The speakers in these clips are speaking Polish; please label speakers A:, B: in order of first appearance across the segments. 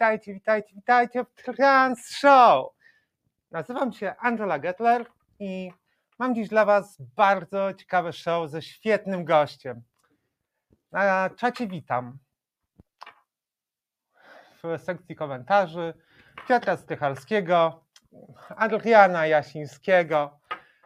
A: witajcie w Trans Show! Nazywam się Angela Gettler i mam dziś dla Was bardzo ciekawe show ze świetnym gościem. Na czacie witam w sekcji komentarzy Piotra Strychalskiego, Adriana Jasińskiego.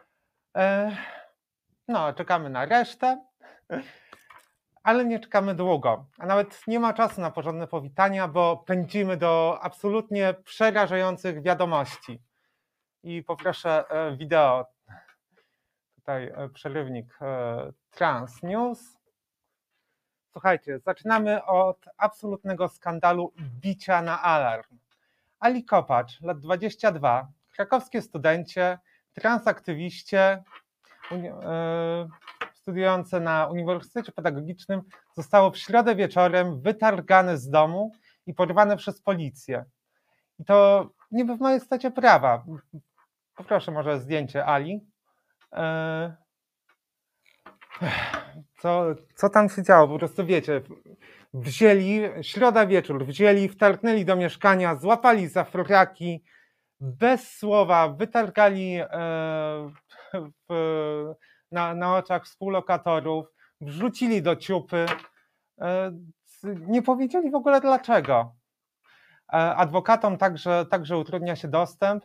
A: No, czekamy na resztę, ale nie czekamy długo, a nawet nie ma czasu na porządne powitania, bo pędzimy do absolutnie przerażających wiadomości. I poproszę wideo, tutaj przerywnik Trans News. Słuchajcie, zaczynamy od absolutnego skandalu bicia na alarm. Ali Kopacz, lat 22, krakowskie studencie, transaktywiście, studiujące na Uniwersytecie Pedagogicznym, zostało w środę wieczorem wytargane z domu i porwane przez policję. I to niby w majestacie prawa. Poproszę może zdjęcie Ali. Co tam się działo? Po prostu wiecie, środa wieczór, wtargnęli do mieszkania, złapali za fraki, bez słowa wytargali na oczach współlokatorów, wrzucili do ciupy, nie powiedzieli w ogóle dlaczego. Adwokatom także utrudnia się dostęp.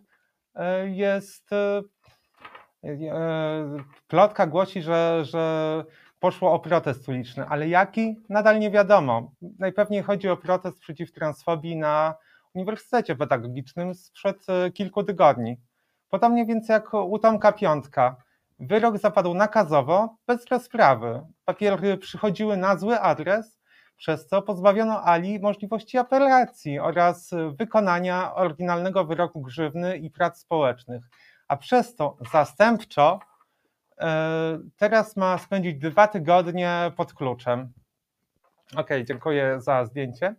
A: Plotka głosi, że poszło o protest uliczny, ale jaki? Nadal nie wiadomo. Najpewniej chodzi o protest przeciw transfobii na Uniwersytecie Pedagogicznym sprzed kilku tygodni. Podobnie więc jak u Tomka Piątka. Wyrok zapadł nakazowo, bez rozprawy. Papiery przychodziły na zły adres, przez co pozbawiono Ali możliwości apelacji oraz wykonania oryginalnego wyroku grzywny i prac społecznych. A przez to zastępczo teraz ma spędzić 2 tygodnie pod kluczem. Okej, dziękuję za zdjęcie.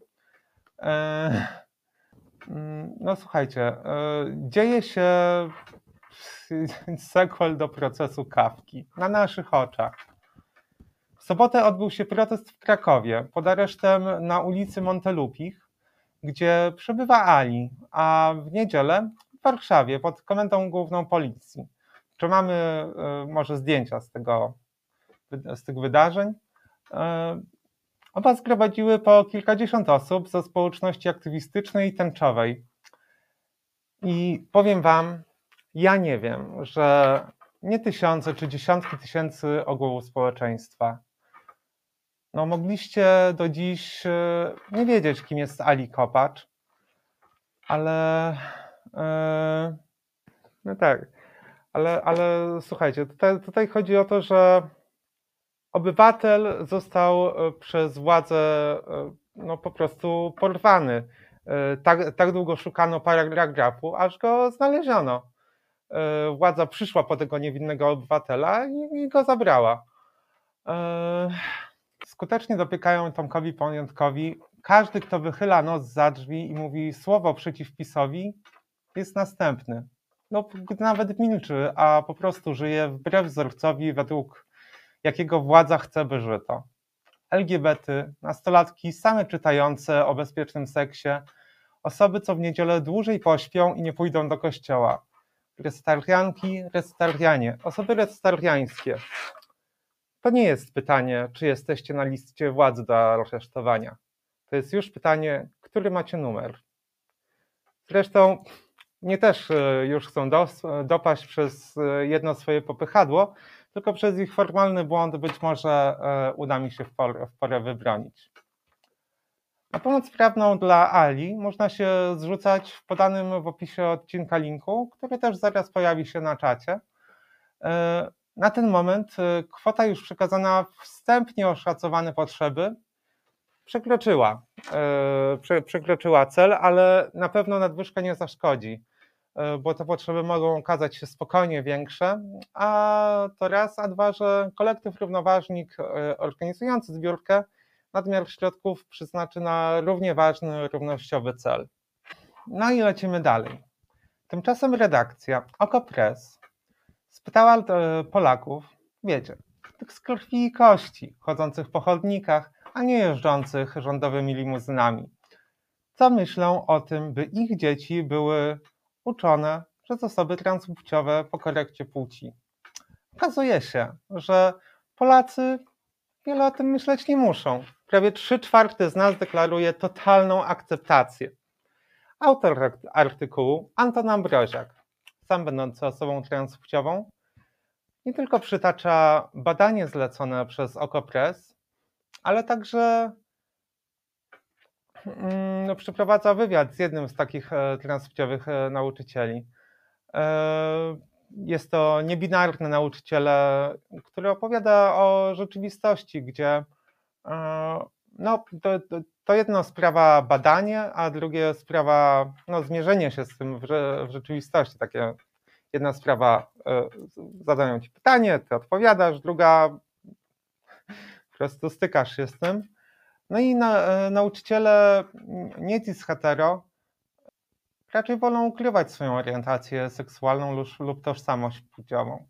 A: No słuchajcie, dzieje się sequel do procesu Kafki na naszych oczach. W sobotę odbył się protest w Krakowie pod aresztem na ulicy Montelupich, gdzie przebywa Ali, a w niedzielę w Warszawie pod Komendą Główną Policji. Czy mamy może zdjęcia z tych wydarzeń? Oba zgromadziły po kilkadziesiąt osób ze społeczności aktywistycznej i tęczowej. I powiem Wam, ja nie wiem, że nie tysiące czy dziesiątki tysięcy ogółu społeczeństwa. No mogliście do dziś nie wiedzieć, kim jest Ali Kopacz, ale no tak, ale słuchajcie, tutaj chodzi o to, że obywatel został przez władzę no po prostu porwany. Tak długo szukano paragrafu, aż go znaleziono. Władza przyszła po tego niewinnego obywatela i go zabrała. Skutecznie dopykają Tomkowi Piątkowi. Każdy, kto wychyla nos za drzwi i mówi słowo przeciw PiS-owi, jest następny. No, nawet milczy, a po prostu żyje wbrew wzorcowi, według jakiego władza chce, by żyto. LGBT, nastolatki same czytające o bezpiecznym seksie, osoby, co w niedzielę dłużej pośpią i nie pójdą do kościoła, restarrianki, restarrianie, osoby restarriańskie. To nie jest pytanie, czy jesteście na liście władzy do aresztowania. To jest już pytanie, który macie numer. Zresztą mnie też już chcą dopaść przez jedno swoje popychadło, tylko przez ich formalny błąd być może uda mi się w porę wybronić. Na pomoc prawną dla Ali można się zrzucać w podanym w opisie odcinka linku, który też zaraz pojawi się na czacie. Na ten moment kwota już przekazana wstępnie oszacowane potrzeby przekroczyła cel, ale na pewno nadwyżka nie zaszkodzi, bo te potrzeby mogą okazać się spokojnie większe, a to raz, a dwa, że kolektyw Równoważnik organizujący zbiórkę nadmiar środków przeznaczy na równie ważny, równościowy cel. No i lecimy dalej. Tymczasem redakcja OKO.press spytała Polaków, wiecie, tych z krwi i kości, chodzących po chodnikach, a nie jeżdżących rządowymi limuzynami. co myślą o tym, by ich dzieci były uczone przez osoby transpłciowe po korekcie płci. Okazuje się, że Polacy wiele o tym myśleć nie muszą. Prawie 3/4 z nas deklaruje totalną akceptację. Autor artykułu, Anton Ambroziak, sam będący osobą transpłciową, nie tylko przytacza badanie zlecone przez OKO.press, ale także przeprowadza wywiad z jednym z takich transpłciowych nauczycieli. Jest to niebinarny nauczyciel, który opowiada o rzeczywistości, gdzie to jedno sprawa badanie, a drugie sprawa zmierzenie się z tym w rzeczywistości. Takie jedna sprawa, zadają ci pytanie, ty odpowiadasz, druga po prostu stykasz się z tym. No i nauczyciele nie cis hetero raczej wolą ukrywać swoją orientację seksualną lub tożsamość płciową.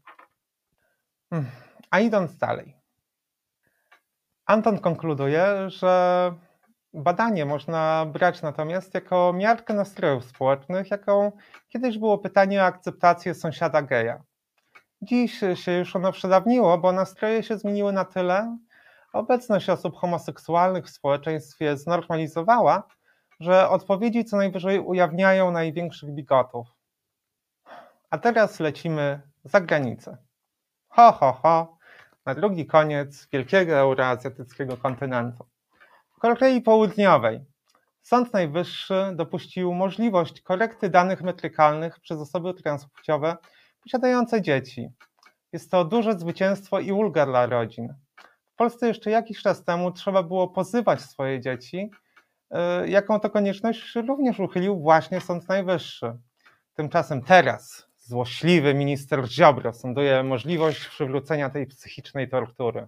A: A idąc dalej, Anton konkluduje, że badanie można brać natomiast jako miarkę nastrojów społecznych, jaką kiedyś było pytanie o akceptację sąsiada geja. Dziś się już ono przedawniło, bo nastroje się zmieniły na tyle, obecność osób homoseksualnych w społeczeństwie znormalizowała, że odpowiedzi co najwyżej ujawniają największych bigotów. A teraz lecimy za granicę. Ho, na drugi koniec wielkiego euroazjatyckiego kontynentu. W Korei Południowej Sąd Najwyższy dopuścił możliwość korekty danych metrykalnych przez osoby transpłciowe posiadające dzieci. Jest to duże zwycięstwo i ulga dla rodzin. W Polsce jeszcze jakiś czas temu trzeba było pozywać swoje dzieci, jaką to konieczność również uchylił właśnie Sąd Najwyższy. Tymczasem teraz złośliwy minister Ziobro sąduje możliwość przywrócenia tej psychicznej tortury.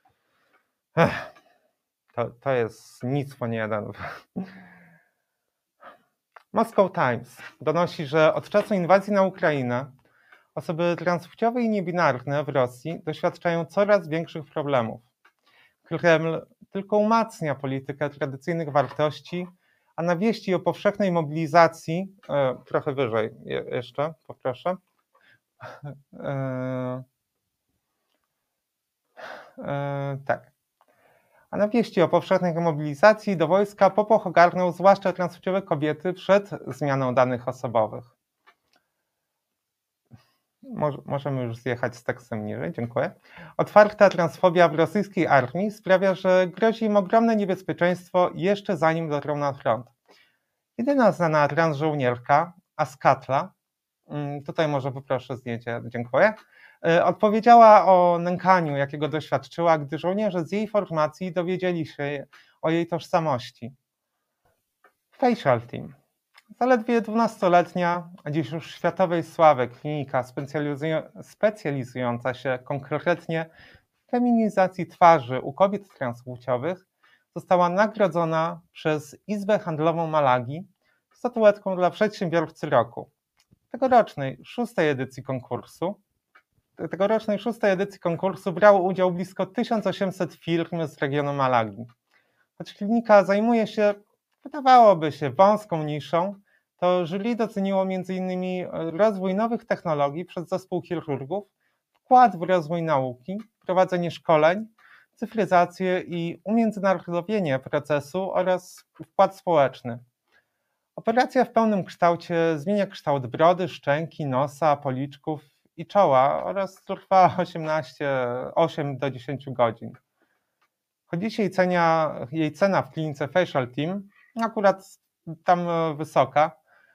A: To jest nic po niejeden. Moscow Times donosi, że od czasu inwazji na Ukrainę osoby transpłciowe i niebinarne w Rosji doświadczają coraz większych problemów. Kreml tylko umacnia politykę tradycyjnych wartości, a na wieści o powszechnej mobilizacji, trochę wyżej jeszcze, poproszę, tak. A na wieści o powszechnej mobilizacji do wojska popłoch ogarnął zwłaszcza transpłciowe kobiety przed zmianą danych osobowych. Możemy już zjechać z tekstem niżej, dziękuję. Otwarta transfobia w rosyjskiej armii sprawia, że grozi im ogromne niebezpieczeństwo jeszcze zanim dotrą na front. Jedyna znana transżołnierka, Askatla, tutaj może poproszę zdjęcie, dziękuję, odpowiedziała o nękaniu, jakiego doświadczyła, gdy żołnierze z jej formacji dowiedzieli się o jej tożsamości. Facial Team. Zaledwie 12-letnia, a dziś już światowej sławy klinika specjalizująca się konkretnie w feminizacji twarzy u kobiet transpłciowych została nagrodzona przez Izbę Handlową Malagi statuetką dla przedsiębiorcy roku. Tegorocznej szóstej edycji konkursu brało udział blisko 1800 firm z regionu Malagi. Choć klinika zajmuje się, wydawałoby się, wąską niszą, to jury doceniło m.in. rozwój nowych technologii przez zespół chirurgów, wkład w rozwój nauki, prowadzenie szkoleń, cyfryzację i umiędzynarodowienie procesu oraz wkład społeczny. Operacja w pełnym kształcie zmienia kształt brody, szczęki, nosa, policzków i czoła oraz trwa 8 do 10 godzin. Choć dzisiaj jej cena w klinice Facial Team, akurat tam wysoka,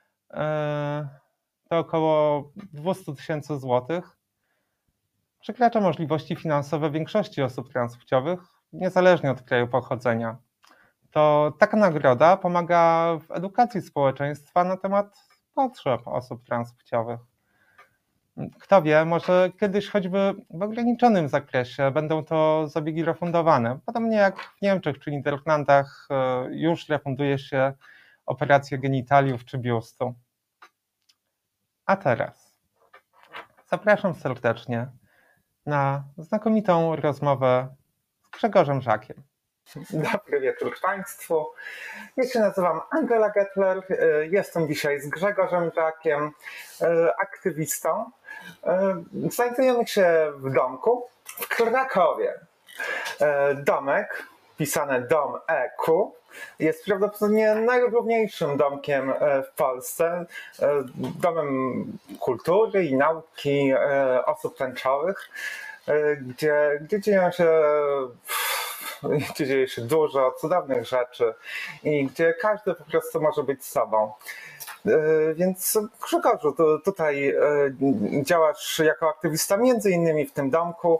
A: to około 200 000 złotych, przekracza możliwości finansowe większości osób transpłciowych, niezależnie od kraju pochodzenia. To taka nagroda pomaga w edukacji społeczeństwa na temat potrzeb osób transpłciowych. Kto wie, może kiedyś choćby w ograniczonym zakresie będą to zabiegi refundowane. Podobnie jak w Niemczech czy Niderlandach już refunduje się operację genitaliów czy biustu. A teraz zapraszam serdecznie na znakomitą rozmowę z Grzegorzem Żakiem. Dobry wieczór Państwu. Ja się nazywam Angela Gettler. Jestem dzisiaj z Grzegorzem Żakiem, aktywistą. Znajdujemy się w domku w Krakowie. Domek, pisane dom EQ, jest prawdopodobnie najrówniejszym domkiem w Polsce. Domem kultury i nauki osób tęczowych, gdzie dzieje się dużo cudownych rzeczy i gdzie każdy po prostu może być sobą. Więc Grzegorzu, tutaj działasz jako aktywista między innymi w tym domku.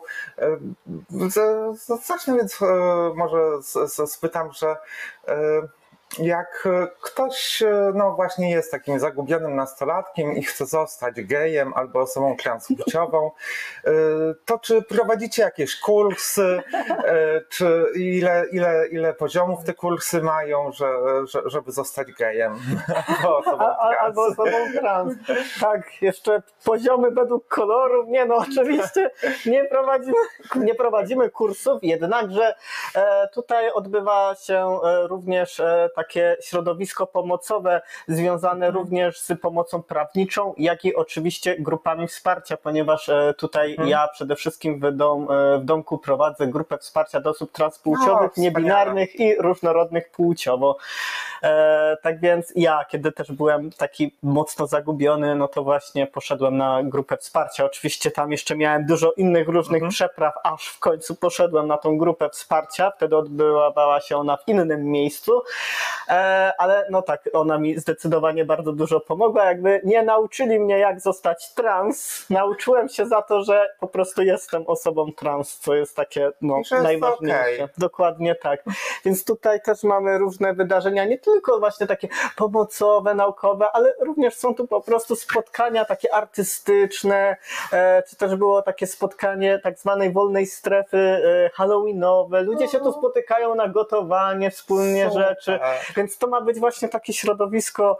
A: Zacznę więc może spytam, że jak ktoś no właśnie jest takim zagubionym nastolatkiem i chce zostać gejem albo osobą transpłciową, to czy prowadzicie jakieś kursy, czy ile poziomów te kursy mają, żeby zostać gejem
B: albo osobą trans? Tak, jeszcze poziomy według koloru. Nie no, oczywiście nie prowadzimy kursów, jednakże tutaj odbywa się również takie środowisko pomocowe związane również z pomocą prawniczą, jak i oczywiście grupami wsparcia, ponieważ tutaj ja przede wszystkim w domku prowadzę grupę wsparcia do osób transpłciowych, niebinarnych i różnorodnych płciowo. Tak więc ja, kiedy też byłem taki mocno zagubiony, no to właśnie poszedłem na grupę wsparcia. Oczywiście tam jeszcze miałem dużo innych różnych przepraw, aż w końcu poszedłem na tą grupę wsparcia. Wtedy odbywała się ona w innym miejscu. Ale no tak, ona mi zdecydowanie bardzo dużo pomogła. Jakby nie nauczyli mnie, jak zostać trans. Nauczyłem się za to, że po prostu jestem osobą trans, co jest takie najważniejsze. Okay. Dokładnie tak. Więc tutaj też mamy różne wydarzenia, nie tylko właśnie takie pomocowe, naukowe, ale również są tu po prostu spotkania takie artystyczne, czy też było takie spotkanie tak zwanej wolnej strefy halloweenowe. Ludzie się tu spotykają na gotowanie, wspólnie rzeczy. Więc to ma być właśnie takie środowisko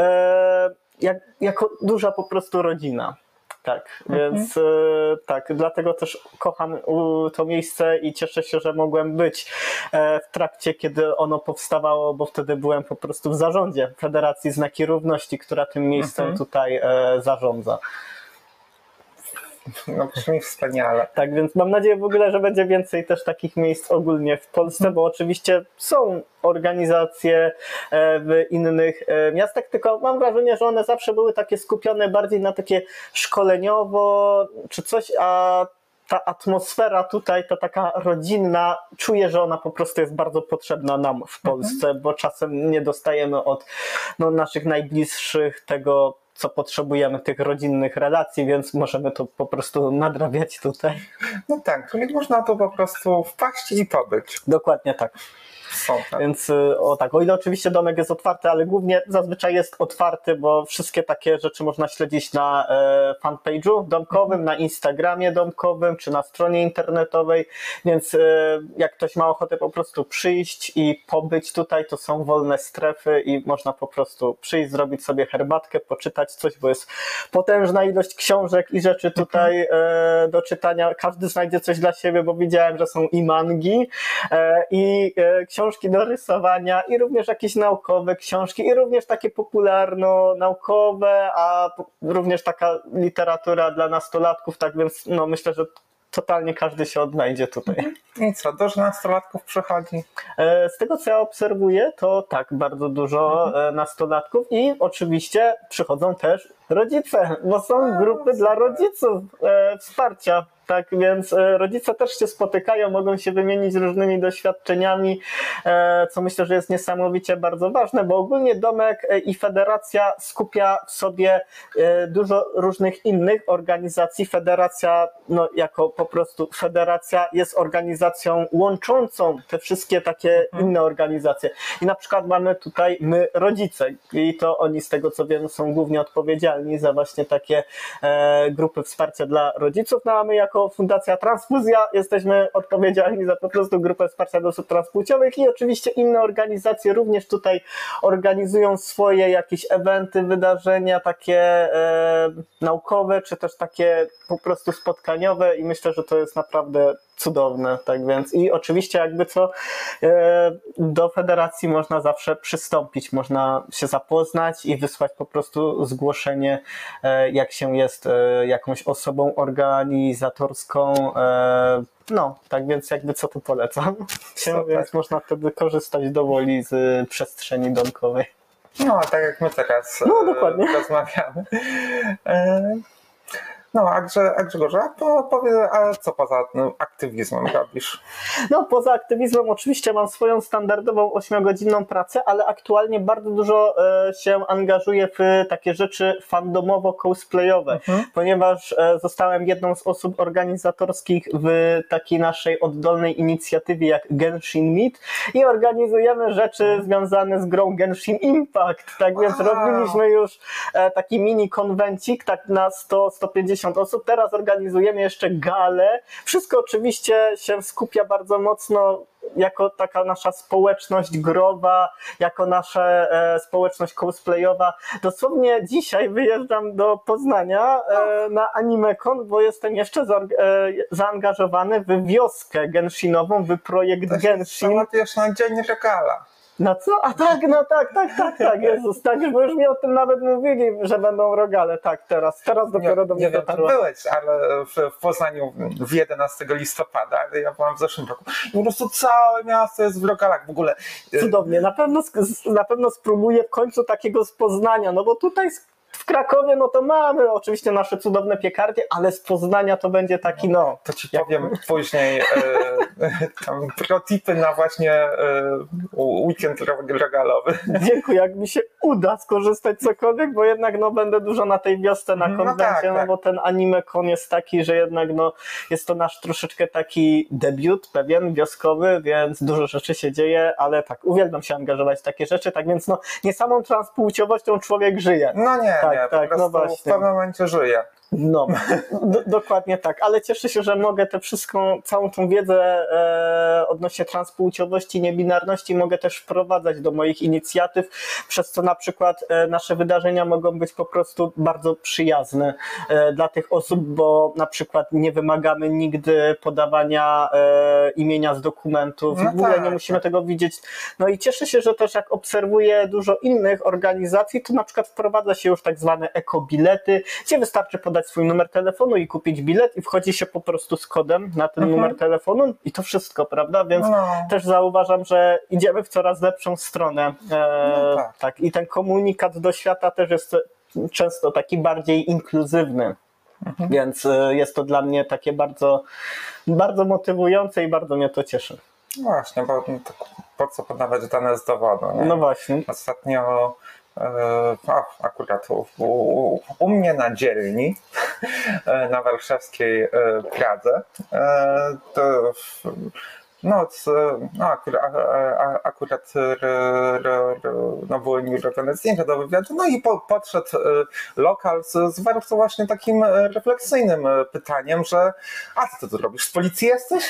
B: jako duża po prostu rodzina. Tak, więc tak, dlatego też kocham to miejsce i cieszę się, że mogłem być w trakcie, kiedy ono powstawało, bo wtedy byłem po prostu w zarządzie Federacji Znaki Równości, która tym miejscem tutaj zarządza.
A: No brzmi wspaniale.
B: Tak, więc mam nadzieję w ogóle, że będzie więcej też takich miejsc ogólnie w Polsce, bo oczywiście są organizacje w innych miastach, tylko mam wrażenie, że one zawsze były takie skupione bardziej na takie szkoleniowo czy coś, a ta atmosfera tutaj, ta taka rodzinna, czuję, że ona po prostu jest bardzo potrzebna nam w Polsce, bo czasem nie dostajemy od naszych najbliższych tego, co potrzebujemy, tych rodzinnych relacji, więc możemy to po prostu nadrabiać tutaj.
A: No tak, czyli można to po prostu wpaść i pobyć.
B: Dokładnie tak.
A: Super.
B: Więc o ile oczywiście domek jest otwarty, ale głównie zazwyczaj jest otwarty, bo wszystkie takie rzeczy można śledzić na fanpage'u domkowym, na Instagramie domkowym, czy na stronie internetowej, więc jak ktoś ma ochotę po prostu przyjść i pobyć tutaj, to są wolne strefy i można po prostu przyjść, zrobić sobie herbatkę, poczytać coś, bo jest potężna ilość książek i rzeczy tutaj do czytania. Każdy znajdzie coś dla siebie, bo widziałem, że są i mangi, i książki do rysowania i również jakieś naukowe książki i również takie popularno-naukowe, a również taka literatura dla nastolatków, tak więc myślę, że totalnie każdy się odnajdzie tutaj.
A: I co, dużo nastolatków przychodzi?
B: Z tego, co ja obserwuję, to tak, bardzo dużo nastolatków i oczywiście przychodzą też rodzice, bo są grupy dla rodziców wsparcia. Tak więc rodzice też się spotykają, mogą się wymienić różnymi doświadczeniami, co myślę, że jest niesamowicie bardzo ważne, bo ogólnie domek i federacja skupia w sobie dużo różnych innych organizacji. Federacja, jako po prostu federacja jest organizacją łączącą te wszystkie takie inne organizacje. I na przykład mamy tutaj my rodzice i to oni, z tego co wiem, są głównie odpowiedzialni za właśnie takie grupy wsparcia dla rodziców, a my jako Fundacja Transfuzja jesteśmy odpowiedzialni za po prostu grupę wsparcia dla osób transpłciowych i oczywiście inne organizacje również tutaj organizują swoje jakieś eventy, wydarzenia takie naukowe, czy też takie po prostu spotkaniowe i myślę, że to jest naprawdę cudowne, tak więc i oczywiście jakby co do federacji można zawsze przystąpić, można się zapoznać i wysłać po prostu zgłoszenie, jak się jest jakąś osobą organizatorską, no, tak więc jakby co tu polecam się, więc można wtedy korzystać dowoli z przestrzeni donkowej.
A: No, tak jak my teraz
B: dokładnie.
A: rozmawiamy. No, a Grzegorz, a co poza aktywizmem robisz?
B: No, poza aktywizmem oczywiście mam swoją standardową 8-godzinną pracę, ale aktualnie bardzo dużo się angażuję w takie rzeczy fandomowo-cosplayowe, ponieważ zostałem jedną z osób organizatorskich w takiej naszej oddolnej inicjatywie jak Genshin Meet i organizujemy rzeczy związane z grą Genshin Impact, tak więc robiliśmy już taki mini konwencik, tak na 100-150 osób. Teraz organizujemy jeszcze galę. Wszystko oczywiście się skupia bardzo mocno jako taka nasza społeczność growa, jako nasza społeczność cosplayowa. Dosłownie dzisiaj wyjeżdżam do Poznania na AnimeCon, bo jestem jeszcze zaangażowany w wioskę genshinową, w projekt Genshin.
A: Załadujesz na dzień regala.
B: Na co? A tak, no tak, Jezus, tak, bo już mi o tym nawet mówili, że będą rogale, tak, teraz dopiero do mnie dotarło.
A: Nie wiem, byłeś, ale w Poznaniu w 11 listopada, ale ja byłam w zeszłym roku. Po prostu całe miasto jest w rogalach w ogóle.
B: Cudownie, na pewno spróbuję w końcu takiego z Poznania, no bo tutaj w Krakowie, no to mamy oczywiście nasze cudowne piekarnie, ale z Poznania to będzie taki, no...
A: To ci powiem później tam protipy na właśnie weekend regalowy.
B: Dziękuję, jak mi się uda skorzystać cokolwiek, bo jednak no będę dużo na tej wiosce, na konwencie, no bo ten AnimeCon jest taki, że jednak no jest to nasz troszeczkę taki debiut pewien, wioskowy, więc dużo rzeczy się dzieje, ale tak, uwielbiam się angażować w takie rzeczy, tak więc no nie samą transpłciowością człowiek żyje.
A: No nie, po prostu
B: no właśnie.
A: w pewnym momencie żyje.
B: No, dokładnie tak, ale cieszę się, że mogę całą tą wiedzę odnośnie transpłciowości, niebinarności mogę też wprowadzać do moich inicjatyw, przez co na przykład nasze wydarzenia mogą być po prostu bardzo przyjazne dla tych osób, bo na przykład nie wymagamy nigdy podawania imienia z dokumentów, w ogóle nie musimy tego widzieć. No i cieszę się, że też jak obserwuję dużo innych organizacji, to na przykład wprowadza się już tak zwane ekobilety, gdzie wystarczy podać swój numer telefonu i kupić bilet i wchodzi się po prostu z kodem na ten numer telefonu i to wszystko, prawda? Więc też zauważam, że idziemy w coraz lepszą stronę. Tak. I ten komunikat do świata też jest często taki bardziej inkluzywny. Więc jest to dla mnie takie bardzo, bardzo motywujące i bardzo mnie to cieszy.
A: Właśnie, bo po co podawać dane z dowodu? Nie?
B: No właśnie.
A: Ostatnio akurat u mnie na dzielni na warszawskiej Pradze akurat były mi robione zdjęcia do wywiadu, no i podszedł lokal z bardzo właśnie takim refleksyjnym pytaniem, że a co ty tu robisz, z policji jesteś?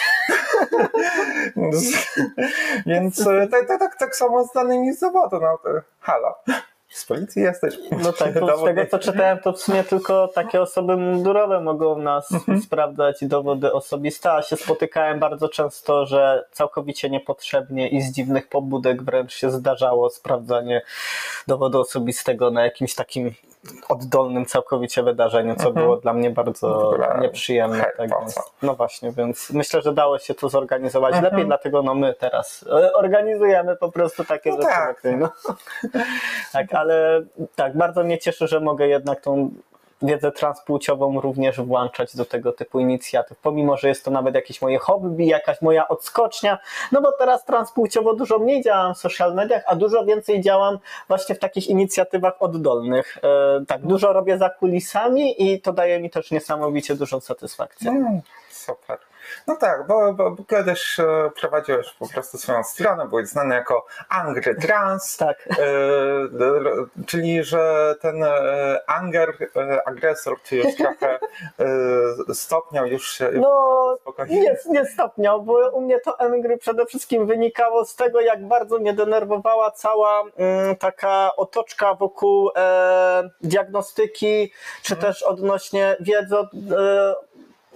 A: Więc tak samo z danymi z zawodu, no halo. Z policji jesteś.
B: No tak, z tego co czytałem, to w sumie tylko takie osoby mundurowe mogą nas sprawdzać dowody osobiste, a się spotykałem bardzo często, że całkowicie niepotrzebnie i z dziwnych pobudek wręcz się zdarzało sprawdzanie dowodu osobistego na jakimś takim oddolnym całkowicie wydarzeniu, co było dla mnie bardzo nieprzyjemne. Tak więc, no właśnie, więc myślę, że dało się to zorganizować lepiej, dlatego no my teraz organizujemy po prostu takie rzeczy.
A: Tak.
B: Tak, ale tak, bardzo mnie cieszy, że mogę jednak tą wiedzę transpłciową również włączać do tego typu inicjatyw, pomimo że jest to nawet jakieś moje hobby, jakaś moja odskocznia, no bo teraz transpłciowo dużo mniej działam w social mediach, a dużo więcej działam właśnie w takich inicjatywach oddolnych. Tak, dużo robię za kulisami i to daje mi też niesamowicie dużą satysfakcję.
A: Super. No tak, bo kiedyś prowadziłeś po prostu swoją stronę, byłeś znany jako Angry Trans,
B: tak.
A: Czyli że ten agresor ci już trochę stopniał, już się spokojnie.
B: Nie stopniał, bo u mnie to Angry przede wszystkim wynikało z tego, jak bardzo mnie denerwowała cała taka otoczka wokół diagnostyki, czy też odnośnie wiedzy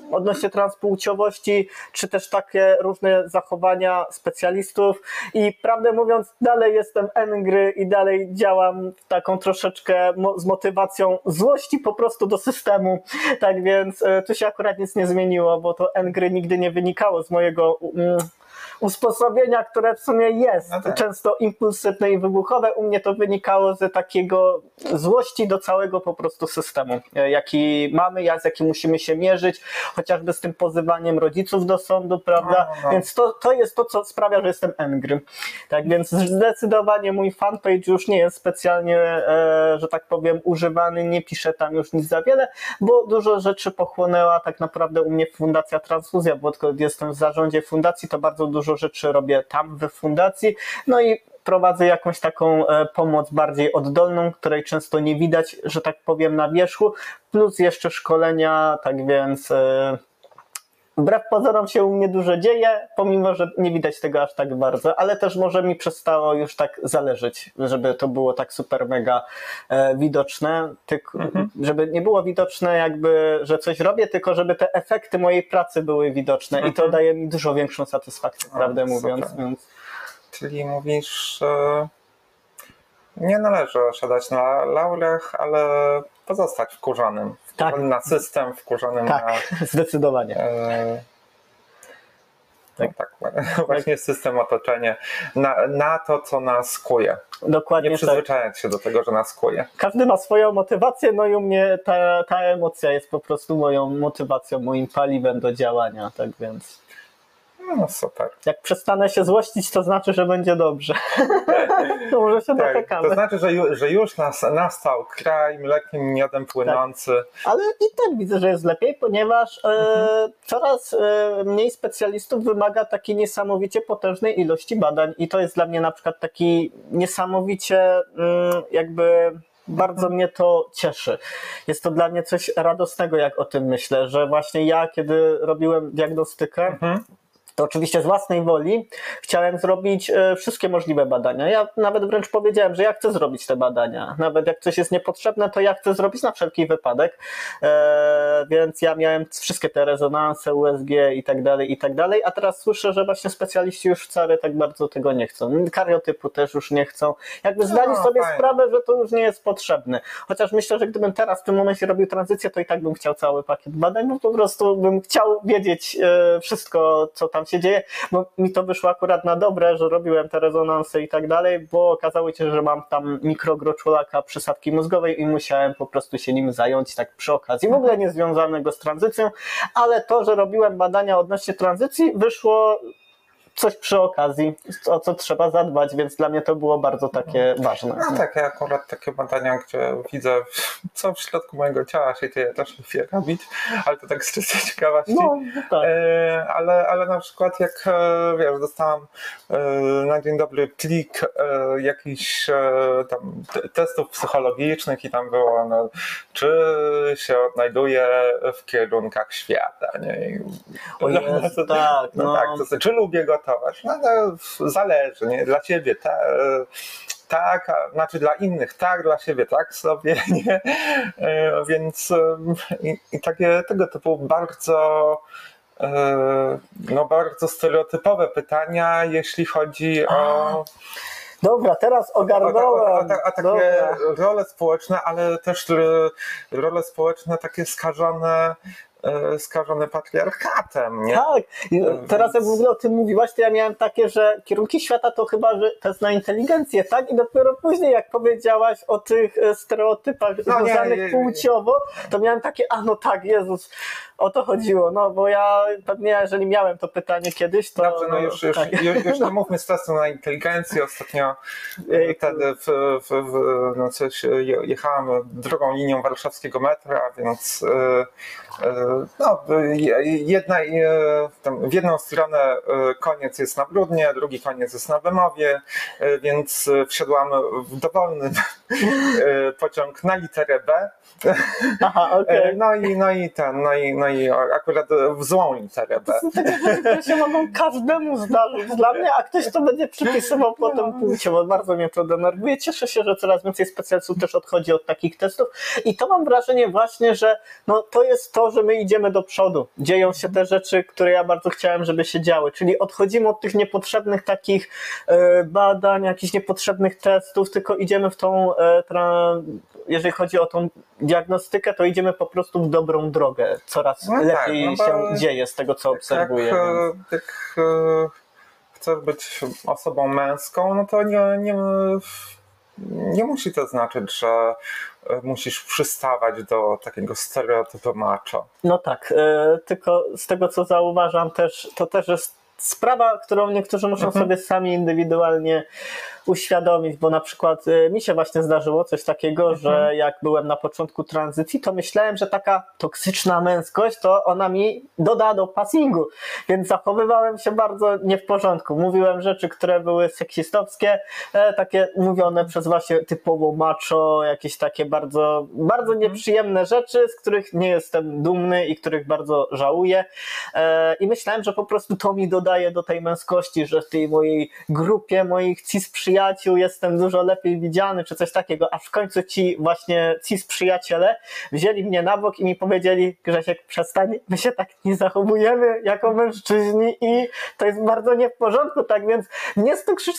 B: odnośnie transpłciowości, czy też takie różne zachowania specjalistów i prawdę mówiąc dalej jestem angry i dalej działam taką troszeczkę z motywacją złości po prostu do systemu, tak więc tu się akurat nic nie zmieniło, bo to angry nigdy nie wynikało z mojego usposobienia, które w sumie jest często impulsywne i wybuchowe. U mnie to wynikało z takiego złości do całego po prostu systemu, jaki mamy, z jakim musimy się mierzyć, chociażby z tym pozywaniem rodziców do sądu, prawda? Więc to jest to, co sprawia, że jestem angry. Tak więc zdecydowanie mój fanpage już nie jest specjalnie, że tak powiem, używany, nie piszę tam już nic za wiele, bo dużo rzeczy pochłonęła tak naprawdę u mnie Fundacja Transfuzja, bo odkąd jestem w zarządzie fundacji, to bardzo dużo rzeczy robię tam we fundacji, no i prowadzę jakąś taką pomoc bardziej oddolną, której często nie widać, że tak powiem, na wierzchu, plus jeszcze szkolenia, tak więc wbrew pozorom się u mnie dużo dzieje, pomimo że nie widać tego aż tak bardzo, ale też może mi przestało już tak zależeć, żeby to było tak super mega widoczne, żeby nie było widoczne jakby, że coś robię, tylko żeby te efekty mojej pracy były widoczne i to daje mi dużo większą satysfakcję, prawdę mówiąc. Więc...
C: Czyli mówisz, nie należy osiadać na laurach, ale pozostać wkurzonym. Wkurzonym na system, wkurzonym na...
B: Zdecydowanie.
C: Tak, właśnie system, otoczenie, na to, co nas kuje.
B: Dokładnie.
C: Nie przyzwyczajać się do tego, że nas kuje.
B: Każdy ma swoją motywację, no i u mnie ta emocja jest po prostu moją motywacją, moim paliwem do działania, tak więc...
C: No super.
B: Jak przestanę się złościć, to znaczy, że będzie dobrze. To może się doczekamy.
C: To znaczy, że już nastał kraj mlekiem, miodem płynący.
B: Tak. Ale i tak widzę, że jest lepiej, ponieważ coraz mniej specjalistów wymaga takiej niesamowicie potężnej ilości badań i to jest dla mnie na przykład taki niesamowicie jakby... Bardzo mnie to cieszy. Jest to dla mnie coś radosnego, jak o tym myślę, że właśnie ja, kiedy robiłem diagnostykę, to oczywiście z własnej woli chciałem zrobić wszystkie możliwe badania. Ja nawet wręcz powiedziałem, że ja chcę zrobić te badania. Nawet jak coś jest niepotrzebne, to ja chcę zrobić na wszelki wypadek. Więc ja miałem wszystkie te rezonanse, USG i tak dalej, a teraz słyszę, że właśnie specjaliści już wcale tak bardzo tego nie chcą. Kariotypu też już nie chcą. Jakby zdali sobie sprawę, że to już nie jest potrzebne. Chociaż myślę, że gdybym teraz w tym momencie robił tranzycję, to i tak bym chciał cały pakiet badań, bo po prostu bym chciał wiedzieć wszystko, co tam się dzieje, bo mi to wyszło akurat na dobre, że robiłem te rezonanse i tak dalej, bo okazało się, że mam tam mikrogroczulaka przysadki mózgowej i musiałem po prostu się nim zająć tak przy okazji. W ogóle nie związanego z tranzycją, ale to, że robiłem badania odnośnie tranzycji, wyszło coś przy okazji, o co trzeba zadbać, więc dla mnie to było bardzo takie ważne.
C: No tak, ja akurat takie badania, gdzie widzę, co w środku mojego ciała się dzieje, też lubię robić, ale to tak z czystej ciekawości.
B: No, tak.
C: Ale na przykład jak, wiesz, dostałam na dzień dobry plik jakichś tam testów psychologicznych i tam było, no, czy się odnajduje w kierunkach świata, nie?
B: O Jezu, tak,
C: no tak, to znaczy, czy lubię gotować? No to zależy, nie? Dla ciebie tak, znaczy dla innych tak, dla siebie tak sobie, nie? Więc i takie tego typu bardzo bardzo stereotypowe pytania, jeśli chodzi o...
B: Dobra, teraz ogarnąłem.
C: O takie role społeczne, ale też role społeczne takie skażone patriarchatem, nie?
B: Tak, teraz jak w ogóle o tym mówiłaś, to ja miałem takie, że kierunki świata to chyba, że to jest na inteligencję, tak? I dopiero później jak powiedziałaś o tych stereotypach związanych płciowo, to miałem takie, no tak, Jezus, o to chodziło, no bo ja pewnie, jeżeli miałem to pytanie kiedyś, to...
C: Dobrze, no już nie mówmy z testu na inteligencję. Ostatnio wtedy jechałem drugą linią warszawskiego metra, więc w jedną stronę koniec jest na Brudnie, drugi koniec jest na Bemowie, więc wsiadłam w dowolny pociąg na literę B.
B: Aha, okej.
C: No i akurat w złą literę B.
B: To są takie rzeczy, które się mogą każdemu zdarzyć dla mnie, a ktoś to będzie przypisywał potem płcią, bo bardzo mnie to denerwuje. Cieszę się, że coraz więcej specjalistów też odchodzi od takich testów i to mam wrażenie właśnie, że no, to jest to, że my idziemy do przodu. Dzieją się te rzeczy, które ja bardzo chciałem, żeby się działy, czyli odchodzimy od tych niepotrzebnych takich badań, jakichś niepotrzebnych testów, tylko idziemy w tą, jeżeli chodzi o tą diagnostykę, to idziemy po prostu w dobrą drogę. Coraz lepiej się dzieje z tego, co obserwuję.
C: Jak chcesz być osobą męską, no to nie musi to znaczyć, że musisz przystawać do takiego stereotypu macho.
B: No tak, tylko z tego, co zauważam też, to też jest sprawa, którą niektórzy muszą sobie sami indywidualnie uświadomić, bo na przykład mi się właśnie zdarzyło coś takiego, że jak byłem na początku tranzycji, to myślałem, że taka toksyczna męskość, to ona mi doda do passingu, więc zachowywałem się bardzo nie w porządku. Mówiłem rzeczy, które były seksistowskie, takie mówione przez właśnie typowo macho, jakieś takie bardzo, bardzo nieprzyjemne rzeczy, z których nie jestem dumny i których bardzo żałuję. I myślałem, że po prostu to mi dodaje do tej męskości, że w tej mojej grupie moich cis przyjaciół jestem dużo lepiej widziany, czy coś takiego, aż w końcu ci właśnie cis przyjaciele wzięli mnie na bok i mi powiedzieli: Grzesiek, przestań, my się tak nie zachowujemy jako mężczyźni i to jest bardzo nie w porządku, tak więc mnie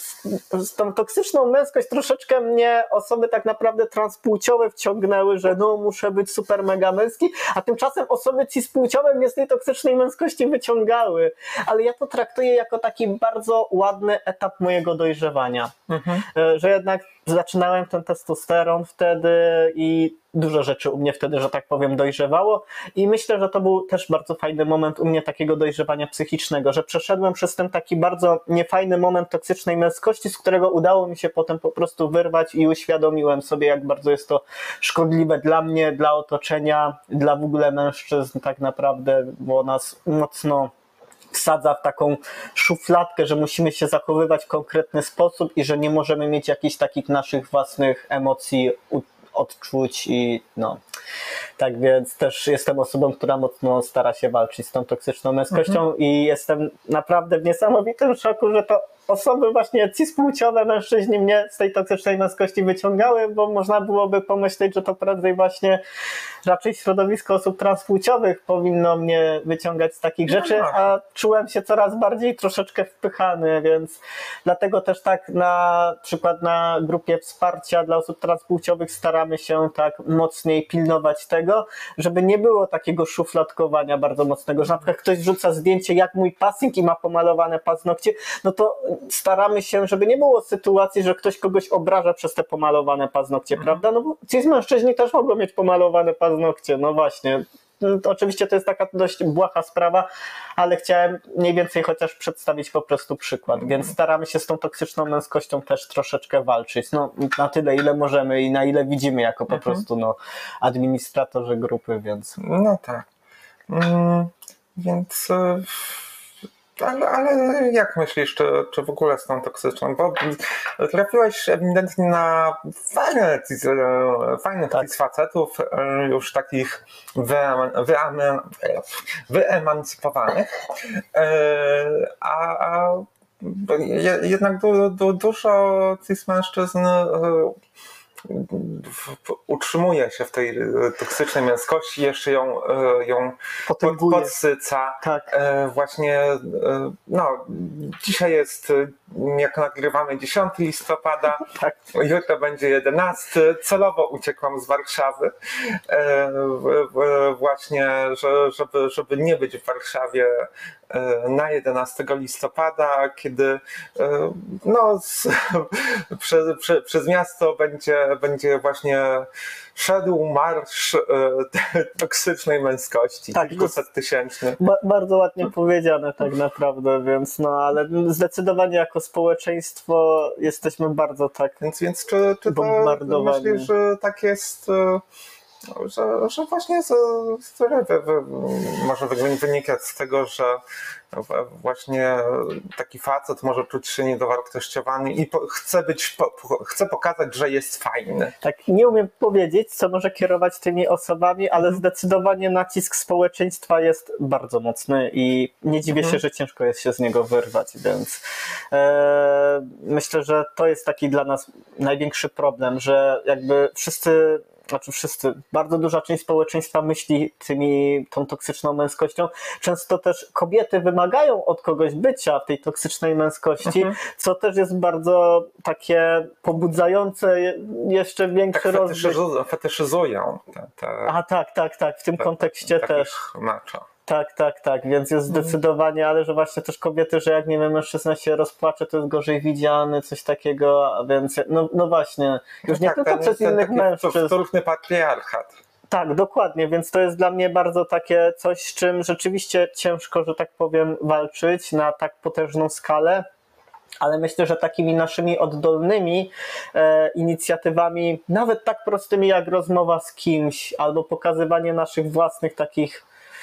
B: z tą toksyczną męskość troszeczkę mnie osoby tak naprawdę transpłciowe wciągnęły, że no muszę być super mega męski, a tymczasem osoby cispłciowe mnie z tej toksycznej męskości wyciągały, ale ja to traktuję jako taki bardzo ładny etap mojego dojrzewania. Że jednak zaczynałem ten testosteron wtedy i dużo rzeczy u mnie wtedy, że tak powiem, dojrzewało i myślę, że to był też bardzo fajny moment u mnie takiego dojrzewania psychicznego, że przeszedłem przez ten taki bardzo niefajny moment toksycznej męskości, z którego udało mi się potem po prostu wyrwać i uświadomiłem sobie, jak bardzo jest to szkodliwe dla mnie, dla otoczenia, dla w ogóle mężczyzn tak naprawdę, bo nas mocno wsadza w taką szufladkę, że musimy się zachowywać w konkretny sposób i że nie możemy mieć jakichś takich naszych własnych emocji, odczuć i no. Tak więc też jestem osobą, która mocno stara się walczyć z tą toksyczną męskością i jestem naprawdę w niesamowitym szoku, że to osoby właśnie cispłciowe, mężczyźni mnie z tej toksycznej męskości wyciągały, bo można byłoby pomyśleć, że to prędzej właśnie raczej środowisko osób transpłciowych powinno mnie wyciągać z takich rzeczy, a czułem się coraz bardziej troszeczkę wpychany, więc dlatego też tak na przykład na grupie wsparcia dla osób transpłciowych staramy się tak mocniej pilnować tego, żeby nie było takiego szufladkowania bardzo mocnego, że na przykład ktoś wrzuca zdjęcie jak mój passing i ma pomalowane paznokcie, no to staramy się, żeby nie było sytuacji, że ktoś kogoś obraża przez te pomalowane paznokcie, prawda? No bo ci mężczyźni też mogą mieć pomalowane paznokcie, no właśnie. To oczywiście to jest taka dość błaha sprawa, ale chciałem mniej więcej chociaż przedstawić po prostu przykład, więc staramy się z tą toksyczną męskością też troszeczkę walczyć, no na tyle ile możemy i na ile widzimy jako po prostu no administratorzy grupy, więc...
C: No tak. Więc... Ale jak myślisz, czy w ogóle z tą toksyczną? Bo trafiłeś ewidentnie na fajnych facetów, już takich wyemancypowanych, a jednak dużo cis mężczyzn utrzymuje się w tej toksycznej męskości, jeszcze ją podsyca.
B: Tak.
C: Właśnie, no, dzisiaj jest, jak nagrywamy, 10 listopada,
B: Tak.
C: Jutro będzie 11. Celowo uciekłam z Warszawy, właśnie, żeby nie być w Warszawie na 11 listopada, kiedy no, przez miasto będzie właśnie szedł marsz toksycznej męskości,
B: tak,
C: kilkusettysięczny.
B: Bardzo ładnie powiedziane tak naprawdę, więc no ale zdecydowanie jako społeczeństwo jesteśmy bardzo tak
C: Więc czy to myślisz, że tak jest że właśnie może wynikać z tego, że właśnie taki facet może czuć się niedowartościowany i chce pokazać, że jest fajny.
B: Tak, nie umiem powiedzieć, co może kierować tymi osobami, ale zdecydowanie nacisk społeczeństwa jest bardzo mocny i nie dziwię się, że ciężko jest się z niego wyrwać, więc myślę, że to jest taki dla nas największy problem, że jakby wszyscy, bardzo duża część społeczeństwa myśli tą toksyczną męskością. Często też kobiety wymagają od kogoś bycia w tej toksycznej męskości, co też jest bardzo takie pobudzające jeszcze większy rozwój.
C: Fetyszyzują.
B: Tak, w tym kontekście też.
C: Macza.
B: Tak, więc jest zdecydowanie, ale że właśnie też kobiety, że jak nie wiem, mężczyzna się rozpłacze, to jest gorzej widziany, coś takiego, a więc no właśnie, już nie tylko przez innych mężczyzn.
C: Wtórny patriarchat.
B: Tak, dokładnie, więc to jest dla mnie bardzo takie coś, z czym rzeczywiście ciężko, że tak powiem, walczyć na tak potężną skalę. Ale myślę, że takimi naszymi oddolnymi inicjatywami, nawet tak prostymi jak rozmowa z kimś, albo pokazywanie naszych własnych takich,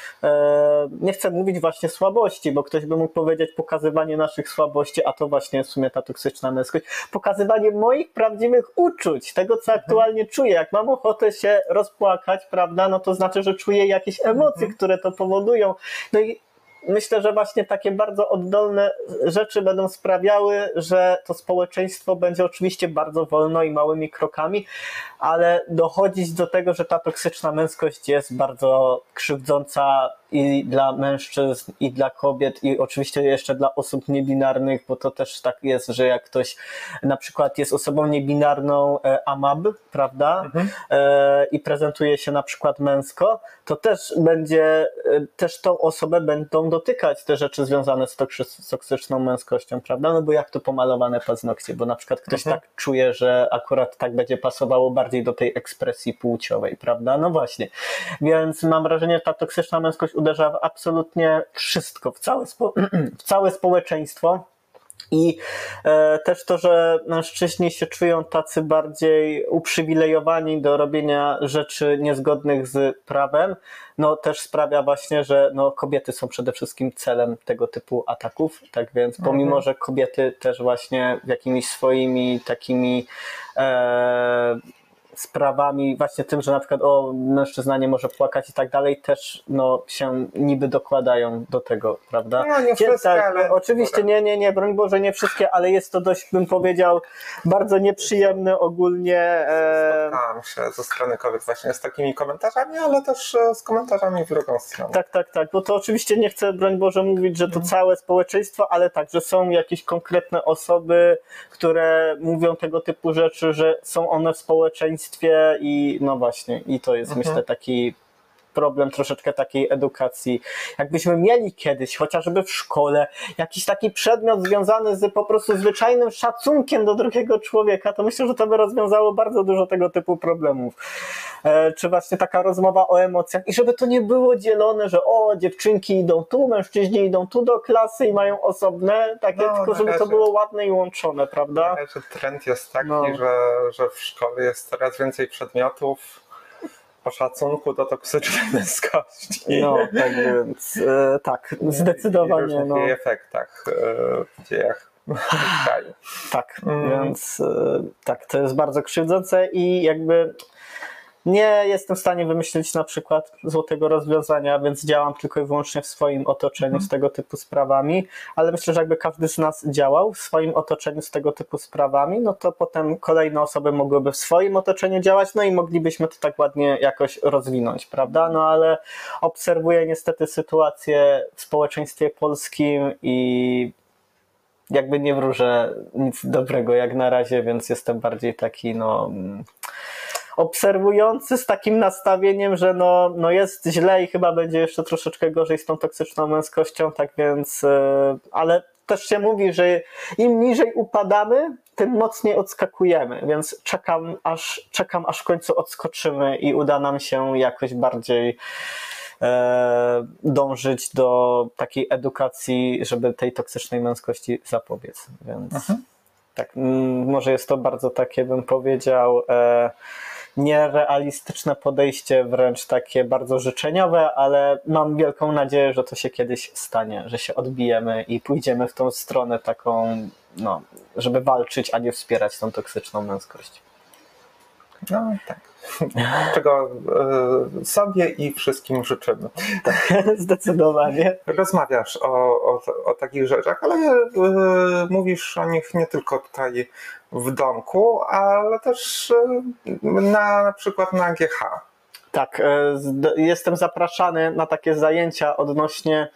B: nie chcę mówić właśnie słabości, bo ktoś by mógł powiedzieć pokazywanie naszych słabości, a to właśnie jest w sumie ta toksyczna męskość. Pokazywanie moich prawdziwych uczuć, tego co aktualnie czuję. Jak mam ochotę się rozpłakać, prawda, no to znaczy, że czuję jakieś emocje, które to powodują. No i myślę, że właśnie takie bardzo oddolne rzeczy będą sprawiały, że to społeczeństwo będzie oczywiście bardzo wolno i małymi krokami, ale dochodzić do tego, że ta toksyczna męskość jest bardzo krzywdząca i dla mężczyzn, i dla kobiet, i oczywiście jeszcze dla osób niebinarnych, bo to też tak jest, że jak ktoś na przykład jest osobą niebinarną AMAB, prawda, i prezentuje się na przykład męsko, to też też tą osobę będą dotykać te rzeczy związane z toksyczną męskością, prawda, no bo jak to pomalowane paznokcie, bo na przykład ktoś tak czuje, że akurat tak będzie pasowało bardziej do tej ekspresji płciowej, prawda, no właśnie, więc mam wrażenie, że ta toksyczna męskość uderza w absolutnie wszystko, w całe społeczeństwo. I też to, że mężczyźni się czują tacy bardziej uprzywilejowani do robienia rzeczy niezgodnych z prawem, no też sprawia właśnie, że no, kobiety są przede wszystkim celem tego typu ataków, tak więc pomimo, że kobiety też właśnie jakimiś swoimi takimi sprawami, właśnie tym, że na przykład mężczyzna nie może płakać i tak dalej, też no, się niby dokładają do tego, prawda?
C: No nie wszystkie,
B: tak,
C: ale...
B: Oczywiście nie, broń Boże, nie wszystkie, ale jest to dość, bym powiedział, bardzo nieprzyjemne ogólnie.
C: Spotkałem się ze strony kobiet właśnie z takimi komentarzami, ale też z komentarzami w drugą stronę.
B: Tak, bo to oczywiście nie chcę, broń Boże, mówić, że to całe społeczeństwo, ale tak, że są jakieś konkretne osoby, które mówią tego typu rzeczy, że są one w społeczeństwie i no właśnie, i to jest myślę taki problem troszeczkę takiej edukacji. Jakbyśmy mieli kiedyś, chociażby w szkole, jakiś taki przedmiot związany z po prostu zwyczajnym szacunkiem do drugiego człowieka, to myślę, że to by rozwiązało bardzo dużo tego typu problemów. Czy właśnie taka rozmowa o emocjach i żeby to nie było dzielone, że dziewczynki idą tu, mężczyźni idą tu do klasy i mają osobne, takie, tylko żeby to było ładne i łączone, prawda?
C: Że trend jest taki, że w szkole jest coraz więcej przedmiotów o szacunku do toksycznej męskości.
B: No, tak więc tak, zdecydowanie.
C: I różnych efektach w dziejach kraju.
B: Tak, więc tak, to jest bardzo krzywdzące i jakby nie jestem w stanie wymyślić na przykład złotego rozwiązania, więc działam tylko i wyłącznie w swoim otoczeniu z tego typu sprawami, ale myślę, że jakby każdy z nas działał w swoim otoczeniu z tego typu sprawami, no to potem kolejne osoby mogłyby w swoim otoczeniu działać, no i moglibyśmy to tak ładnie jakoś rozwinąć, prawda? No ale obserwuję niestety sytuację w społeczeństwie polskim i jakby nie wróżę nic dobrego jak na razie, więc jestem bardziej taki obserwujący z takim nastawieniem, że no jest źle i chyba będzie jeszcze troszeczkę gorzej z tą toksyczną męskością, tak więc, ale też się mówi, że im niżej upadamy, tym mocniej odskakujemy, więc czekam aż w końcu odskoczymy i uda nam się jakoś bardziej dążyć do takiej edukacji, żeby tej toksycznej męskości zapobiec, więc tak, może jest to bardzo takie, bym powiedział, nierealistyczne podejście, wręcz takie bardzo życzeniowe, ale mam wielką nadzieję, że to się kiedyś stanie, że się odbijemy i pójdziemy w tą stronę taką, no, żeby walczyć, a nie wspierać tą toksyczną męskość.
C: No tak. Czego sobie i wszystkim życzymy.
B: Zdecydowanie.
C: Rozmawiasz o takich rzeczach, ale mówisz o nich nie tylko tutaj w domku, ale też na przykład na GH.
B: Tak, jestem zapraszany na takie zajęcia odnośnie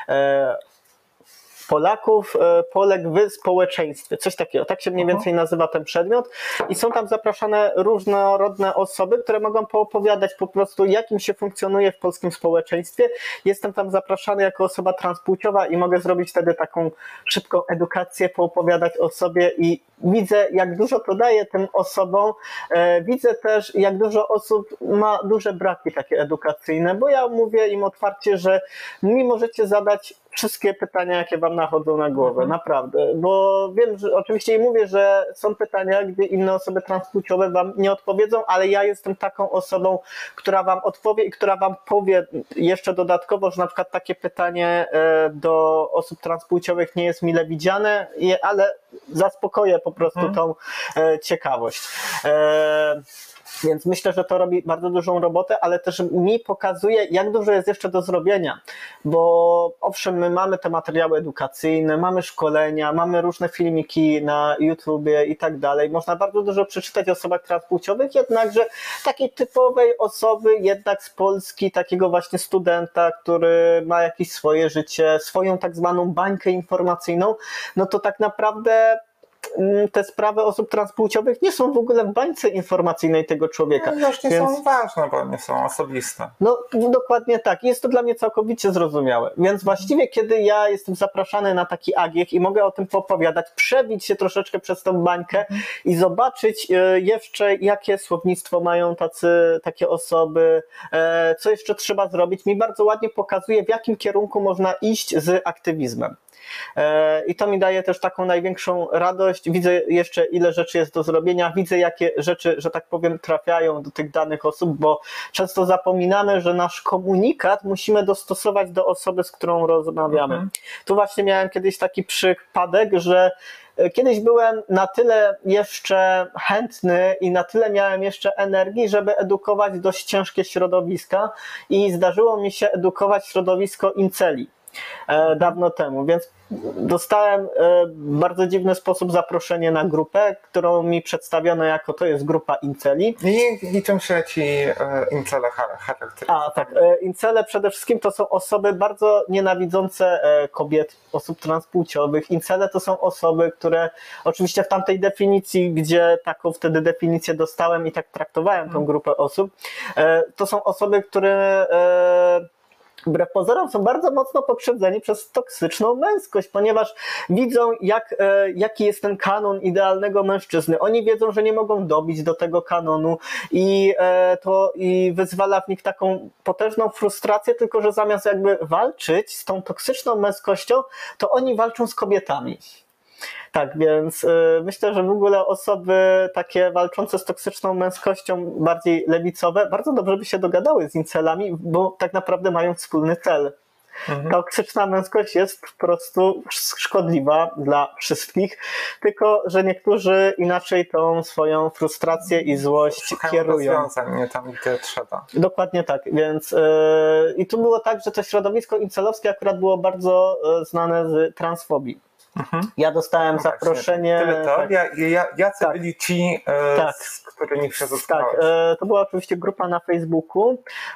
B: Polaków, Polek w społeczeństwie, coś takiego, tak się mniej więcej nazywa ten przedmiot i są tam zapraszane różnorodne osoby, które mogą poopowiadać po prostu, jak im się funkcjonuje w polskim społeczeństwie. Jestem tam zapraszany jako osoba transpłciowa i mogę zrobić wtedy taką szybką edukację, poopowiadać o sobie i widzę, jak dużo to daje tym osobom. Widzę też, jak dużo osób ma duże braki takie edukacyjne, bo ja mówię im otwarcie, że mi możecie zadać wszystkie pytania, jakie wam nachodzą na głowę, naprawdę, bo wiem, że oczywiście im mówię, że są pytania, gdy inne osoby transpłciowe wam nie odpowiedzą, ale ja jestem taką osobą, która wam odpowie i która wam powie jeszcze dodatkowo, że na przykład takie pytanie do osób transpłciowych nie jest mile widziane, ale zaspokoję po prostu tą ciekawość. Więc myślę, że to robi bardzo dużą robotę, ale też mi pokazuje, jak dużo jest jeszcze do zrobienia, bo owszem, my mamy te materiały edukacyjne, mamy szkolenia, mamy różne filmiki na YouTubie i tak dalej. Można bardzo dużo przeczytać o osobach transpłciowych, jednakże takiej typowej osoby jednak z Polski, takiego właśnie studenta, który ma jakieś swoje życie, swoją tak zwaną bańkę informacyjną, no to tak naprawdę te sprawy osób transpłciowych nie są w ogóle w bańce informacyjnej tego człowieka.
C: No już nie są ważne, bo nie są osobiste.
B: No dokładnie tak. Jest to dla mnie całkowicie zrozumiałe. Więc właściwie kiedy ja jestem zapraszany na taki AGH i mogę o tym poopowiadać, przebić się troszeczkę przez tą bańkę i zobaczyć jeszcze, jakie słownictwo mają takie osoby, co jeszcze trzeba zrobić, mi bardzo ładnie pokazuje, w jakim kierunku można iść z aktywizmem. I to mi daje też taką największą radość. Widzę jeszcze, ile rzeczy jest do zrobienia, widzę, jakie rzeczy, że tak powiem, trafiają do tych danych osób, bo często zapominamy, że nasz komunikat musimy dostosować do osoby, z którą rozmawiamy. Tu właśnie miałem kiedyś taki przypadek, że kiedyś byłem na tyle jeszcze chętny i na tyle miałem jeszcze energii, żeby edukować dość ciężkie środowiska i zdarzyło mi się edukować środowisko inceli dawno temu, więc dostałem w bardzo dziwny sposób zaproszenie na grupę, którą mi przedstawiono jako to jest grupa inceli.
C: I czym się ci incele charakteryzują?
B: A tak, incele przede wszystkim to są osoby bardzo nienawidzące kobiet, osób transpłciowych. Incele to są osoby, które oczywiście w tamtej definicji, gdzie taką wtedy definicję dostałem i tak traktowałem tą grupę osób, to są osoby, które wbrew pozorom są bardzo mocno pokrzywdzeni przez toksyczną męskość, ponieważ widzą, jaki jest ten kanon idealnego mężczyzny. Oni wiedzą, że nie mogą dobić do tego kanonu i wyzwala w nich taką potężną frustrację, tylko że zamiast jakby walczyć z tą toksyczną męskością, to oni walczą z kobietami. Tak, więc myślę, że w ogóle osoby takie walczące z toksyczną męskością, bardziej lewicowe, bardzo dobrze by się dogadały z incelami, bo tak naprawdę mają wspólny cel. Toksyczna męskość jest po prostu szkodliwa dla wszystkich, tylko że niektórzy inaczej tą swoją frustrację i złość
C: Szukają
B: kierują.
C: rozwiązań, nie tam, gdzie trzeba.
B: Dokładnie tak, więc i tu było tak, że to środowisko incelowskie akurat było bardzo znane z transfobii. Ja dostałem zaproszenie.
C: Tyle to.
B: Tak.
C: Jacy
B: Tak.
C: byli ci,
B: Tak.
C: z którymi się
B: Tak,
C: spotkałeś?
B: to była oczywiście grupa na Facebooku.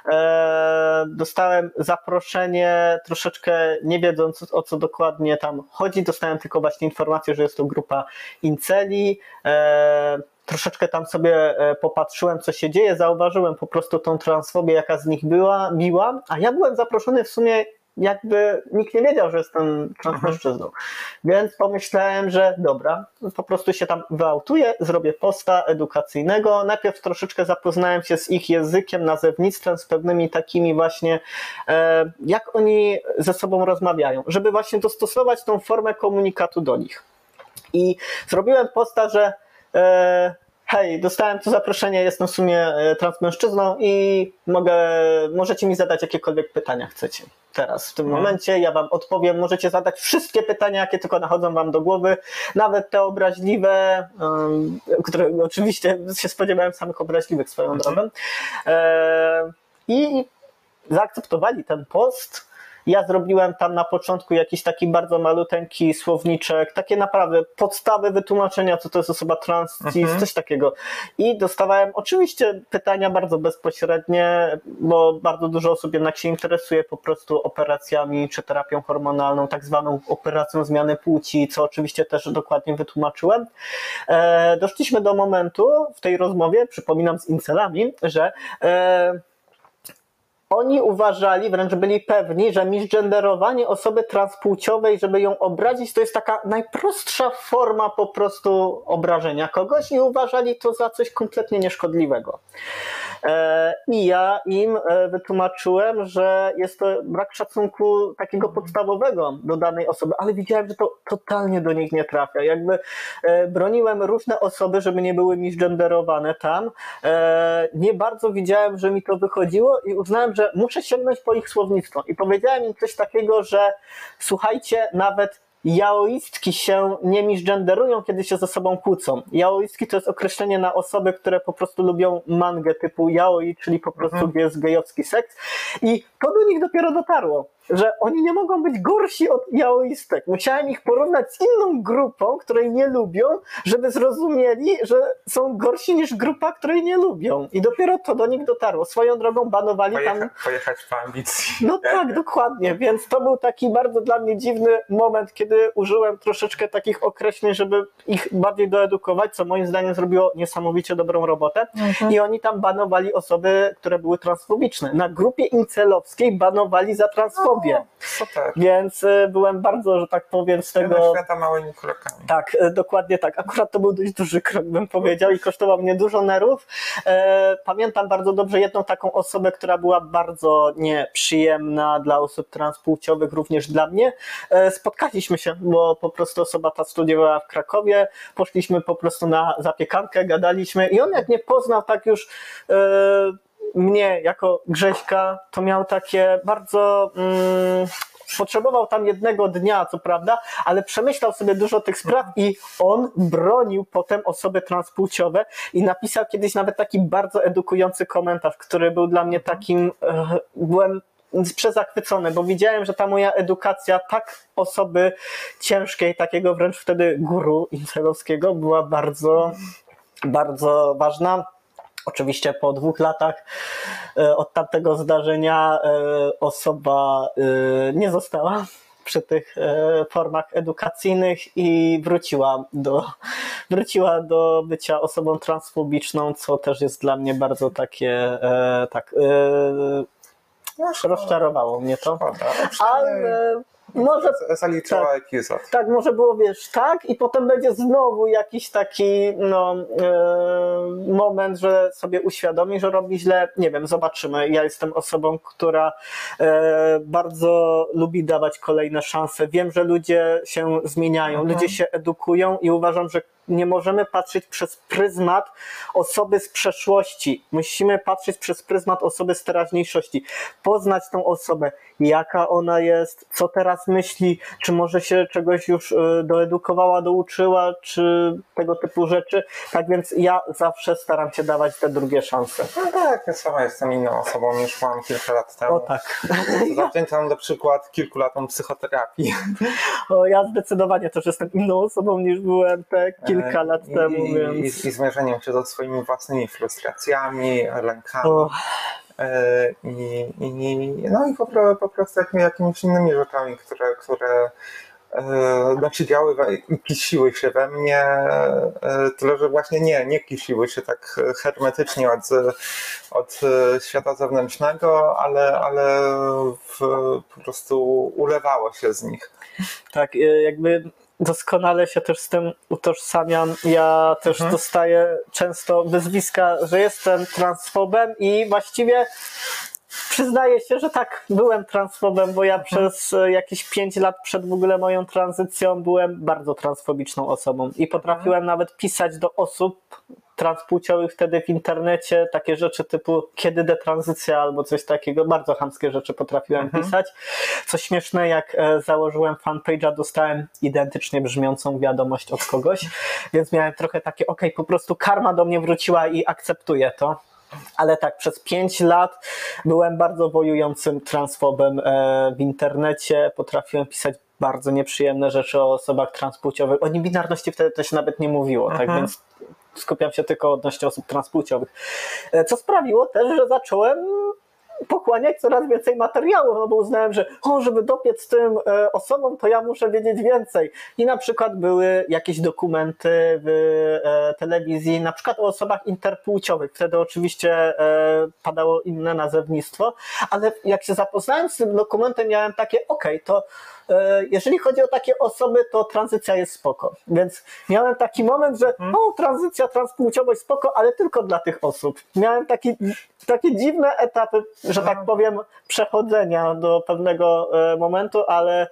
B: Dostałem zaproszenie, troszeczkę nie wiedząc o co dokładnie tam chodzi, dostałem tylko właśnie informację, że jest to grupa inceli. Troszeczkę tam sobie popatrzyłem, co się dzieje, zauważyłem po prostu tą transfobię, jaka z nich biła, a ja byłem zaproszony w sumie jakby nikt nie wiedział, że jestem transmężczyzną. Więc pomyślałem, że dobra, po prostu się tam wyautuję, zrobię posta edukacyjnego. Najpierw troszeczkę zapoznałem się z ich językiem, nazewnictwem, z pewnymi takimi właśnie, jak oni ze sobą rozmawiają, żeby właśnie dostosować tą formę komunikatu do nich. I zrobiłem posta, że hej, dostałem tu zaproszenie, jestem w sumie transmężczyzną i możecie mi zadać jakiekolwiek pytania chcecie. Teraz, w tym momencie ja wam odpowiem, możecie zadać wszystkie pytania, jakie tylko nachodzą wam do głowy, nawet te obraźliwe, które oczywiście się spodziewałem samych obraźliwych swoją drogą. I zaakceptowali ten post. Ja zrobiłem tam na początku jakiś taki bardzo maluteńki słowniczek, takie naprawdę podstawy wytłumaczenia, co to jest osoba trans, coś takiego. I dostawałem oczywiście pytania bardzo bezpośrednie, bo bardzo dużo osób jednak się interesuje po prostu operacjami czy terapią hormonalną, tak zwaną operacją zmiany płci, co oczywiście też dokładnie wytłumaczyłem. Doszliśmy do momentu w tej rozmowie, przypominam z incelami, że oni uważali, wręcz byli pewni, że misgenderowanie osoby transpłciowej, żeby ją obrazić, to jest taka najprostsza forma po prostu obrażenia kogoś i uważali to za coś kompletnie nieszkodliwego. I ja im wytłumaczyłem, że jest to brak szacunku takiego podstawowego do danej osoby, ale widziałem, że to totalnie do nich nie trafia. Jakby broniłem różne osoby, żeby nie były misgenderowane tam. Nie bardzo widziałem, że mi to wychodziło i uznałem, że muszę sięgnąć po ich słownictwo. I powiedziałem im coś takiego, że słuchajcie, nawet jaoistki się nie misgenderują, kiedy się ze sobą kłócą. Jaoistki to jest określenie na osoby, które po prostu lubią mangę typu yaoi, czyli po prostu jest gejowski seks. I to do nich dopiero dotarło, że oni nie mogą być gorsi od jaoistek. Musiałem ich porównać z inną grupą, której nie lubią, żeby zrozumieli, że są gorsi niż grupa, której nie lubią. I dopiero to do nich dotarło. Swoją drogą banowali tam...
C: Pojechać po ambicji.
B: No tak, dokładnie. Więc to był taki bardzo dla mnie dziwny moment, kiedy użyłem troszeczkę takich określeń, żeby ich bardziej doedukować, co moim zdaniem zrobiło niesamowicie dobrą robotę. I oni tam banowali osoby, które były transfobiczne. Na grupie incelowskiej banowali za transfobię.
C: Super.
B: Więc byłem bardzo, że tak powiem, z tego...
C: Świata małymi krokami.
B: Tak, dokładnie tak. Akurat to był dość duży krok, bym powiedział, i kosztował mnie dużo nerwów. Pamiętam bardzo dobrze jedną taką osobę, która była bardzo nieprzyjemna dla osób transpłciowych, również dla mnie. Spotkaliśmy się, bo po prostu osoba ta studiowała w Krakowie, poszliśmy po prostu na zapiekankę, gadaliśmy i on jak nie poznał tak już mnie jako Grześka, to miał takie bardzo... potrzebował tam jednego dnia, co prawda, ale przemyślał sobie dużo tych spraw i on bronił potem osoby transpłciowe i napisał kiedyś nawet taki bardzo edukujący komentarz, który był dla mnie takim... byłem przezachwycony, bo widziałem, że ta moja edukacja tak osoby ciężkiej, takiego wręcz wtedy guru incelowskiego była bardzo, bardzo ważna. Oczywiście po 2 latach od tamtego zdarzenia osoba nie została przy tych formach edukacyjnych i wróciła do bycia osobą transfobiczną, co też jest dla mnie bardzo takie rozczarowało mnie to. Ale może
C: zaliczyła epizod.
B: Tak, może było, wiesz, tak i potem będzie znowu jakiś taki moment, że sobie uświadomi, że robi źle. Nie wiem, zobaczymy. Ja jestem osobą, która bardzo lubi dawać kolejne szanse. Wiem, że ludzie się zmieniają, ludzie się edukują i uważam, że nie możemy patrzeć przez pryzmat osoby z przeszłości. Musimy patrzeć przez pryzmat osoby z teraźniejszości. Poznać tą osobę, jaka ona jest, co teraz myśli, czy może się czegoś już doedukowała, douczyła, czy tego typu rzeczy. Tak więc ja zawsze staram się dawać te drugie szanse.
C: No tak, ja sama jestem inną osobą niż mam kilka lat temu.
B: O tak.
C: Zawdzięczam na przykład kilku latom psychoterapii.
B: O, ja zdecydowanie też jestem inną osobą niż byłem te kilka lat temu. Więc...
C: I zmierzeniem się ze swoimi własnymi frustracjami, lękami. No i po prostu jakimiś innymi rzeczami, które siedziały i kisiły się we mnie, tyle że właśnie nie kisiły się tak hermetycznie od świata zewnętrznego, ale po prostu ulewało się z nich.
B: Tak, jakby doskonale się też z tym utożsamiam. Ja też dostaję często wyzwiska, że jestem transfobem i właściwie przyznaję się, że tak, byłem transfobem, bo ja przez jakieś 5 lat przed w ogóle moją tranzycją byłem bardzo transfobiczną osobą i potrafiłem nawet pisać do osób transpłciowych wtedy w internecie, takie rzeczy typu kiedy detranzycja albo coś takiego, bardzo chamskie rzeczy potrafiłem pisać. Co śmieszne, jak założyłem fanpage'a, dostałem identycznie brzmiącą wiadomość od kogoś, więc miałem trochę takie, po prostu karma do mnie wróciła i akceptuję to. Ale tak, przez 5 lat byłem bardzo wojującym transfobem w internecie, potrafiłem pisać bardzo nieprzyjemne rzeczy o osobach transpłciowych. O niebinarności wtedy to się nawet nie mówiło, tak więc skupiam się tylko odnośnie osób transpłciowych. Co sprawiło też, że zacząłem pochłaniać coraz więcej materiałów, no bo uznałem, że żeby dopiec tym osobom, to ja muszę wiedzieć więcej. I na przykład były jakieś dokumenty w telewizji, na przykład o osobach interpłciowych. Wtedy oczywiście padało inne nazewnictwo, ale jak się zapoznałem z tym dokumentem, miałem takie, to jeżeli chodzi o takie osoby, to tranzycja jest spoko. Więc miałem taki moment, że tranzycja, transpłciowość spoko, ale tylko dla tych osób. Miałem takie dziwne etapy, że tak powiem, przechodzenia do pewnego momentu, ale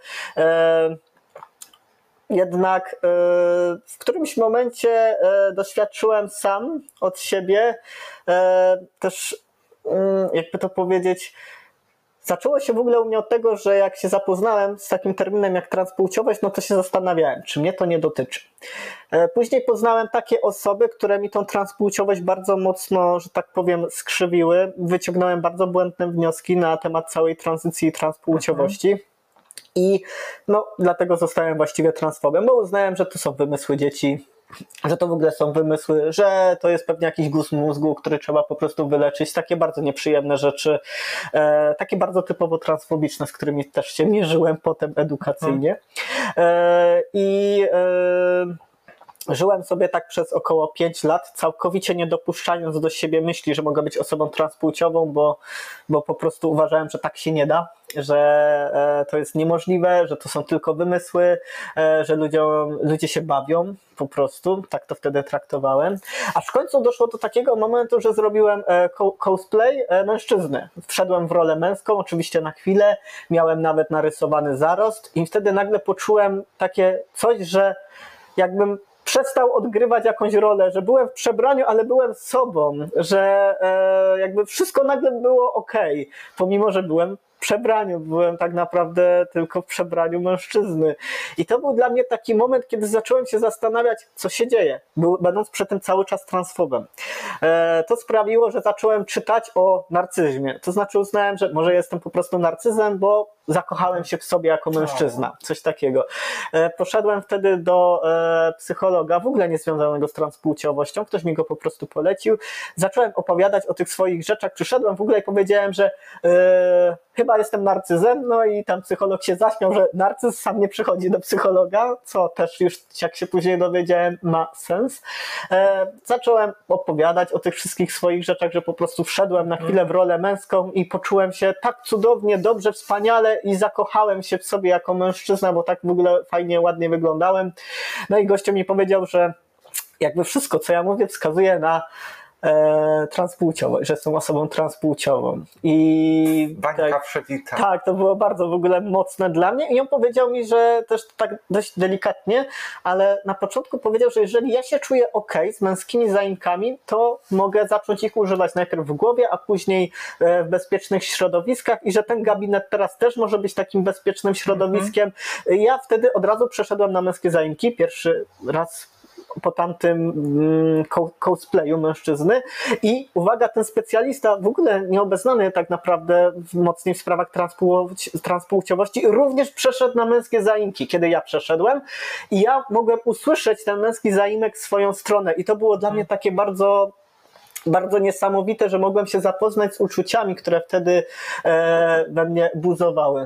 B: jednak w którymś momencie doświadczyłem sam od siebie też, jakby to powiedzieć, zaczęło się w ogóle u mnie od tego, że jak się zapoznałem z takim terminem jak transpłciowość, no to się zastanawiałem, czy mnie to nie dotyczy. Później poznałem takie osoby, które mi tą transpłciowość bardzo mocno, że tak powiem, skrzywiły. Wyciągnąłem bardzo błędne wnioski na temat całej tranzycji i transpłciowości. I dlatego zostałem właściwie transfobem, bo uznałem, że to są wymysły dzieci, że to w ogóle są wymysły, że to jest pewnie jakiś guz mózgu, który trzeba po prostu wyleczyć. Takie bardzo nieprzyjemne rzeczy, takie bardzo typowo transfobiczne, z którymi też się mierzyłem potem edukacyjnie. Żyłem sobie tak przez około 5 lat, całkowicie nie dopuszczając do siebie myśli, że mogę być osobą transpłciową, bo po prostu uważałem, że tak się nie da, że to jest niemożliwe, że to są tylko wymysły, że ludzie się bawią po prostu, tak to wtedy traktowałem. Aż w końcu doszło do takiego momentu, że zrobiłem cosplay mężczyzny. Wszedłem w rolę męską, oczywiście na chwilę, miałem nawet narysowany zarost i wtedy nagle poczułem takie coś, że jakbym przestał odgrywać jakąś rolę, że byłem w przebraniu, ale byłem sobą, że jakby wszystko nagle było okej, pomimo że byłem w przebraniu, byłem tak naprawdę tylko w przebraniu mężczyzny. I to był dla mnie taki moment, kiedy zacząłem się zastanawiać, co się dzieje, będąc przy tym cały czas transfobem. To sprawiło, że zacząłem czytać o narcyzmie. To znaczy uznałem, że może jestem po prostu narcyzem, bo zakochałem się w sobie jako mężczyzna. Coś takiego. Poszedłem wtedy do psychologa, w ogóle niezwiązanego z transpłciowością. Ktoś mi go po prostu polecił. Zacząłem opowiadać o tych swoich rzeczach. Przyszedłem w ogóle i powiedziałem, że chyba jestem narcyzem. No i tam psycholog się zaśmiał, że narcyz sam nie przychodzi do psychologa, co też już, jak się później dowiedziałem, ma sens. Zacząłem opowiadać o tych wszystkich swoich rzeczach, że po prostu wszedłem na chwilę w rolę męską i poczułem się tak cudownie, dobrze, wspaniale i zakochałem się w sobie jako mężczyzna, bo tak w ogóle fajnie, ładnie wyglądałem. No i gościu mi powiedział, że jakby wszystko, co ja mówię, wskazuje na transpłciowość, że jestem osobą transpłciową. I
C: bańka przebita.
B: Tak, to było bardzo w ogóle mocne dla mnie i on powiedział mi, że też tak dość delikatnie, ale na początku powiedział, że jeżeli ja się czuję z męskimi zaimkami, to mogę zacząć ich używać najpierw w głowie, a później w bezpiecznych środowiskach i że ten gabinet teraz też może być takim bezpiecznym środowiskiem. Ja wtedy od razu przeszedłem na męskie zaimki, pierwszy raz po tamtym cosplayu mężczyzny i uwaga, ten specjalista w ogóle nieobeznany tak naprawdę mocniej w sprawach transpłciowości również przeszedł na męskie zaimki, kiedy ja przeszedłem i ja mogłem usłyszeć ten męski zaimek w swoją stronę i to było dla mnie takie bardzo niesamowite, że mogłem się zapoznać z uczuciami, które wtedy we mnie buzowały.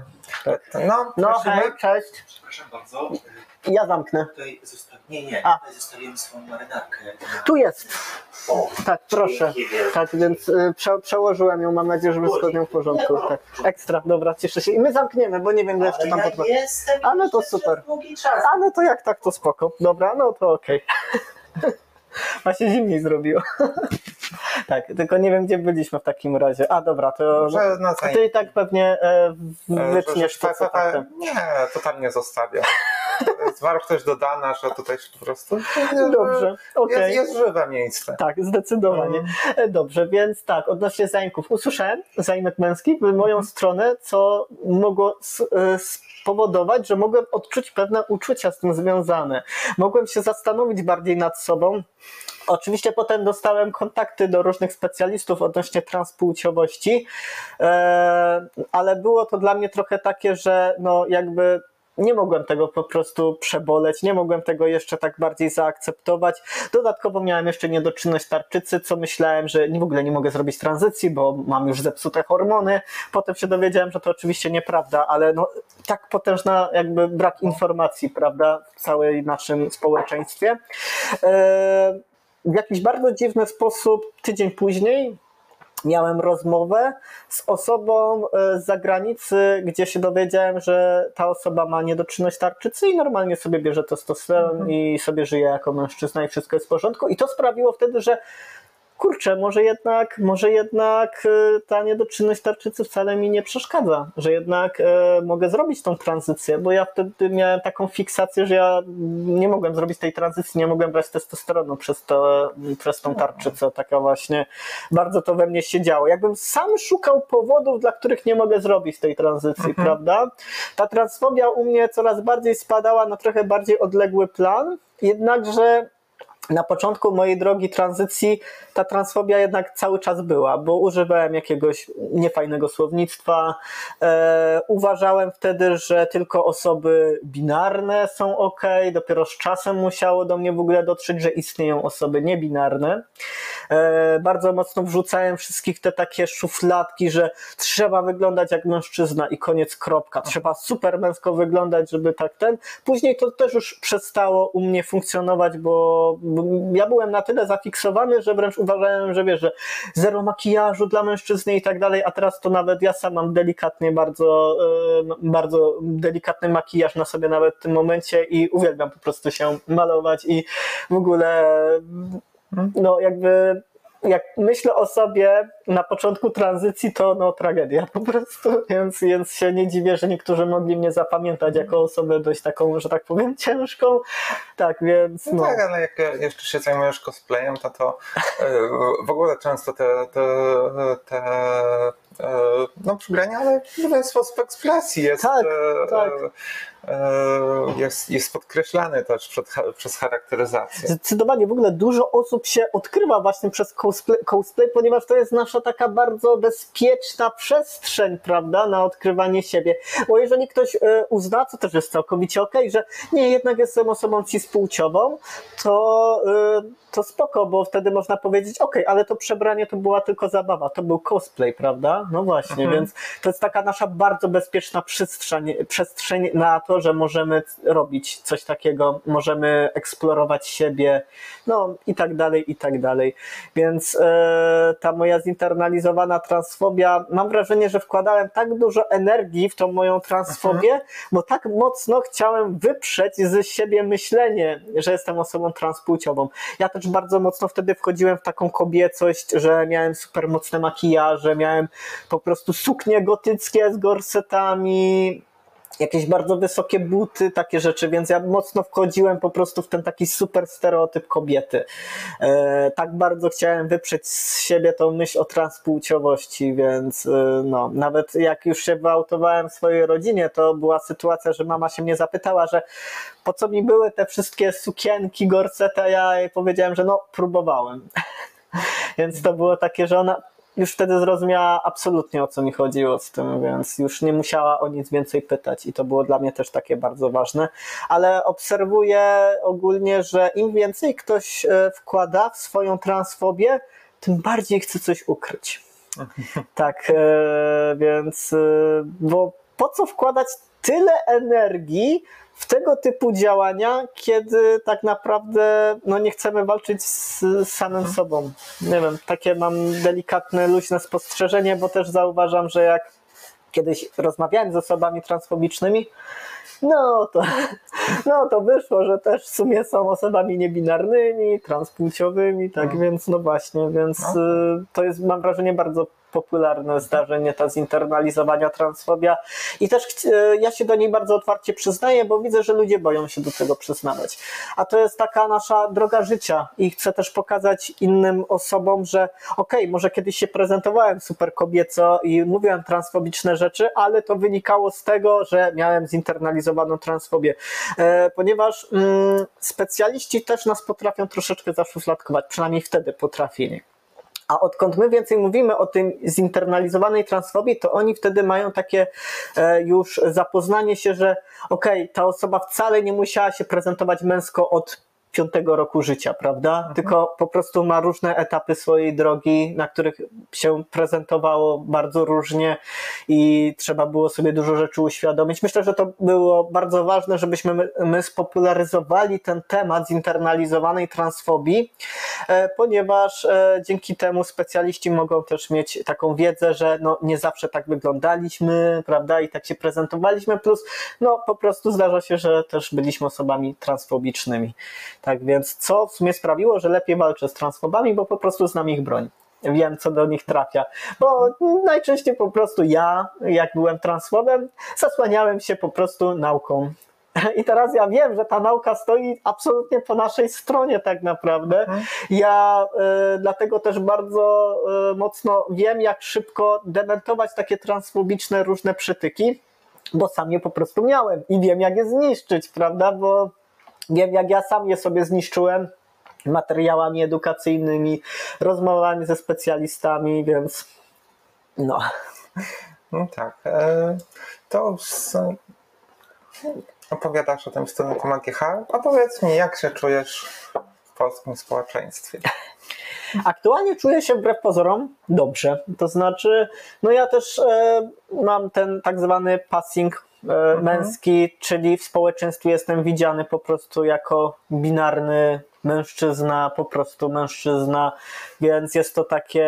B: Hej, cześć.
D: Przepraszam bardzo.
B: Ja zamknę.
D: Tutaj tutaj zostawiłem swoją marynarkę.
B: Tu jest.
D: O,
B: Tak, proszę. Tak, więc przełożyłem ją, mam nadzieję, że wszystko z nią w porządku. Tak. Ekstra, dobra, cieszę się. I my zamkniemy, bo nie wiem, ile jeszcze tam potrwa. Ale to super. Ale to jak tak, to spoko. Dobra, no to okej. Właśnie zimniej zrobiło. Tak, tylko nie wiem, gdzie byliśmy w takim razie. A dobra, to ty i tak pewnie wytniesz to, co tak.
C: Nie, to tam nie zostawię. jest wartość dodana, że tutaj się po prostu
B: Dobrze, okej.
C: jest żywe miejsce.
B: Tak, zdecydowanie. Dobrze, więc tak, odnośnie zaimków. Usłyszałem zaimek męski w moją stronę, co mogło spowodować, że mogłem odczuć pewne uczucia z tym związane. Mogłem się zastanowić bardziej nad sobą. Oczywiście potem dostałem kontakty do różnych specjalistów odnośnie transpłciowości, ale było to dla mnie trochę takie, że no jakby nie mogłem tego po prostu przeboleć, nie mogłem tego jeszcze tak bardziej zaakceptować. Dodatkowo miałem jeszcze niedoczynność tarczycy, co myślałem, że w ogóle nie mogę zrobić tranzycji, bo mam już zepsute hormony. Potem się dowiedziałem, że to oczywiście nieprawda, ale no tak potężna jakby brak informacji, prawda, w całej naszym społeczeństwie. W jakiś bardzo dziwny sposób tydzień później miałem rozmowę z osobą z zagranicy, gdzie się dowiedziałem, że ta osoba ma niedoczynność tarczycy i normalnie sobie bierze testosteron i sobie żyje jako mężczyzna i wszystko jest w porządku. I to sprawiło wtedy, że kurczę, może jednak ta niedoczynność tarczycy wcale mi nie przeszkadza, że jednak mogę zrobić tą tranzycję, bo ja wtedy miałem taką fiksację, że ja nie mogłem zrobić tej tranzycji, nie mogłem brać testosteronu przez tą tarczycę, taka właśnie, bardzo to we mnie się działo. Jakbym sam szukał powodów, dla których nie mogę zrobić tej tranzycji, prawda? Ta transfobia u mnie coraz bardziej spadała na trochę bardziej odległy plan, jednakże na początku mojej drogi tranzycji ta transfobia jednak cały czas była, bo używałem jakiegoś niefajnego słownictwa. Uważałem wtedy, że tylko osoby binarne są okej. Dopiero z czasem musiało do mnie w ogóle dotrzeć, że istnieją osoby niebinarne. Bardzo mocno wrzucałem wszystkich te takie szufladki, że trzeba wyglądać jak mężczyzna i koniec, kropka. Trzeba super męsko wyglądać, żeby tak ten. Później to też już przestało u mnie funkcjonować, bo ja byłem na tyle zafiksowany, że wręcz uważałem, że wiesz, że zero makijażu dla mężczyzny i tak dalej, a teraz to nawet ja sam mam delikatnie, bardzo delikatny makijaż na sobie nawet w tym momencie i uwielbiam po prostu się malować i w ogóle no jakby jak myślę o sobie na początku tranzycji, to no tragedia po prostu, więc się nie dziwię, że niektórzy mogli mnie zapamiętać jako osobę dość taką, że tak powiem, ciężką. Tak, więc no.
C: Tak, ale jak jeszcze się zajmujesz cosplayem, to w ogóle często te przebrania, ale jeden sposób ekspresji jest podkreślany też przez charakteryzację.
B: Zdecydowanie w ogóle dużo osób się odkrywa właśnie przez cosplay, ponieważ to jest nasza taka bardzo bezpieczna przestrzeń, prawda, na odkrywanie siebie. Bo jeżeli ktoś uzna, co też jest całkowicie okej, że nie, jednak jestem osobą cispłciową, to spoko, bo wtedy można powiedzieć, okej, ale to przebranie to była tylko zabawa, to był cosplay, prawda? No właśnie, więc to jest taka nasza bardzo bezpieczna przestrzeń na to, że możemy robić coś takiego, możemy eksplorować siebie, no i tak dalej, i tak dalej. Więc ta moja zinternalizowana transfobia, mam wrażenie, że wkładałem tak dużo energii w tą moją transfobię, bo tak mocno chciałem wyprzeć z siebie myślenie, że jestem osobą transpłciową. Ja też bardzo mocno wtedy wchodziłem w taką kobiecość, że miałem super mocne makijaże, miałem po prostu suknie gotyckie z gorsetami, jakieś bardzo wysokie buty, takie rzeczy, więc ja mocno wchodziłem po prostu w ten taki super stereotyp kobiety. Tak bardzo chciałem wyprzeć z siebie tą myśl o transpłciowości, więc no, nawet jak już się wyautowałem w swojej rodzinie, to była sytuacja, że mama się mnie zapytała, że po co mi były te wszystkie sukienki, gorsety, a ja jej powiedziałem, że no, próbowałem. Więc to było takie, że ona już wtedy zrozumiała absolutnie, o co mi chodziło z tym, więc już nie musiała o nic więcej pytać i to było dla mnie też takie bardzo ważne, ale obserwuję ogólnie, że im więcej ktoś wkłada w swoją transfobię, tym bardziej chce coś ukryć. Tak, więc bo po co wkładać tyle energii w tego typu działania, kiedy tak naprawdę no, nie chcemy walczyć z samym sobą. Nie wiem, takie mam delikatne, luźne spostrzeżenie, bo też zauważam, że jak kiedyś rozmawiałem z osobami transfobicznymi, no to wyszło, że też w sumie są osobami niebinarnymi, transpłciowymi, tak więc no właśnie, więc to jest, mam wrażenie, bardzo popularne zdarzenie, ta zinternalizowania transfobia i też ja się do niej bardzo otwarcie przyznaję, bo widzę, że ludzie boją się do tego przyznawać. A to jest taka nasza droga życia i chcę też pokazać innym osobom, że może kiedyś się prezentowałem super kobieco i mówiłem transfobiczne rzeczy, ale to wynikało z tego, że miałem zinternalizowaną transfobię. Ponieważ specjaliści też nas potrafią troszeczkę zaszufladkować, przynajmniej wtedy potrafili. A odkąd my więcej mówimy o tym zinternalizowanej transfobii, to oni wtedy mają takie już zapoznanie się, że ta osoba wcale nie musiała się prezentować męsko od 5 roku życia, prawda? Tylko po prostu ma różne etapy swojej drogi, na których się prezentowało bardzo różnie i trzeba było sobie dużo rzeczy uświadomić. Myślę, że to było bardzo ważne, żebyśmy my spopularyzowali ten temat zinternalizowanej transfobii, ponieważ dzięki temu specjaliści mogą też mieć taką wiedzę, że nie zawsze tak wyglądaliśmy, prawda? I tak się prezentowaliśmy, plus po prostu zdarza się, że też byliśmy osobami transfobicznymi. Tak więc co w sumie sprawiło, że lepiej walczę z transfobami, bo po prostu znam ich broń. Wiem, co do nich trafia. Bo najczęściej po prostu ja, jak byłem transfobem, zasłaniałem się po prostu nauką. I teraz ja wiem, że ta nauka stoi absolutnie po naszej stronie tak naprawdę. Ja dlatego też bardzo mocno wiem, jak szybko dementować takie transfobiczne różne przytyki, bo sam je po prostu miałem i wiem, jak je zniszczyć, prawda, bo wiem, jak ja sam je sobie zniszczyłem materiałami edukacyjnymi, rozmowami ze specjalistami, więc
C: No tak. To opowiadasz o tym studentom AGH. Opowiedz mi, jak się czujesz w polskim społeczeństwie?
B: Aktualnie czuję się wbrew pozorom dobrze. To znaczy, ja też mam ten tak zwany passing męski, czyli w społeczeństwie jestem widziany po prostu jako binarny mężczyzna, po prostu mężczyzna, więc jest to takie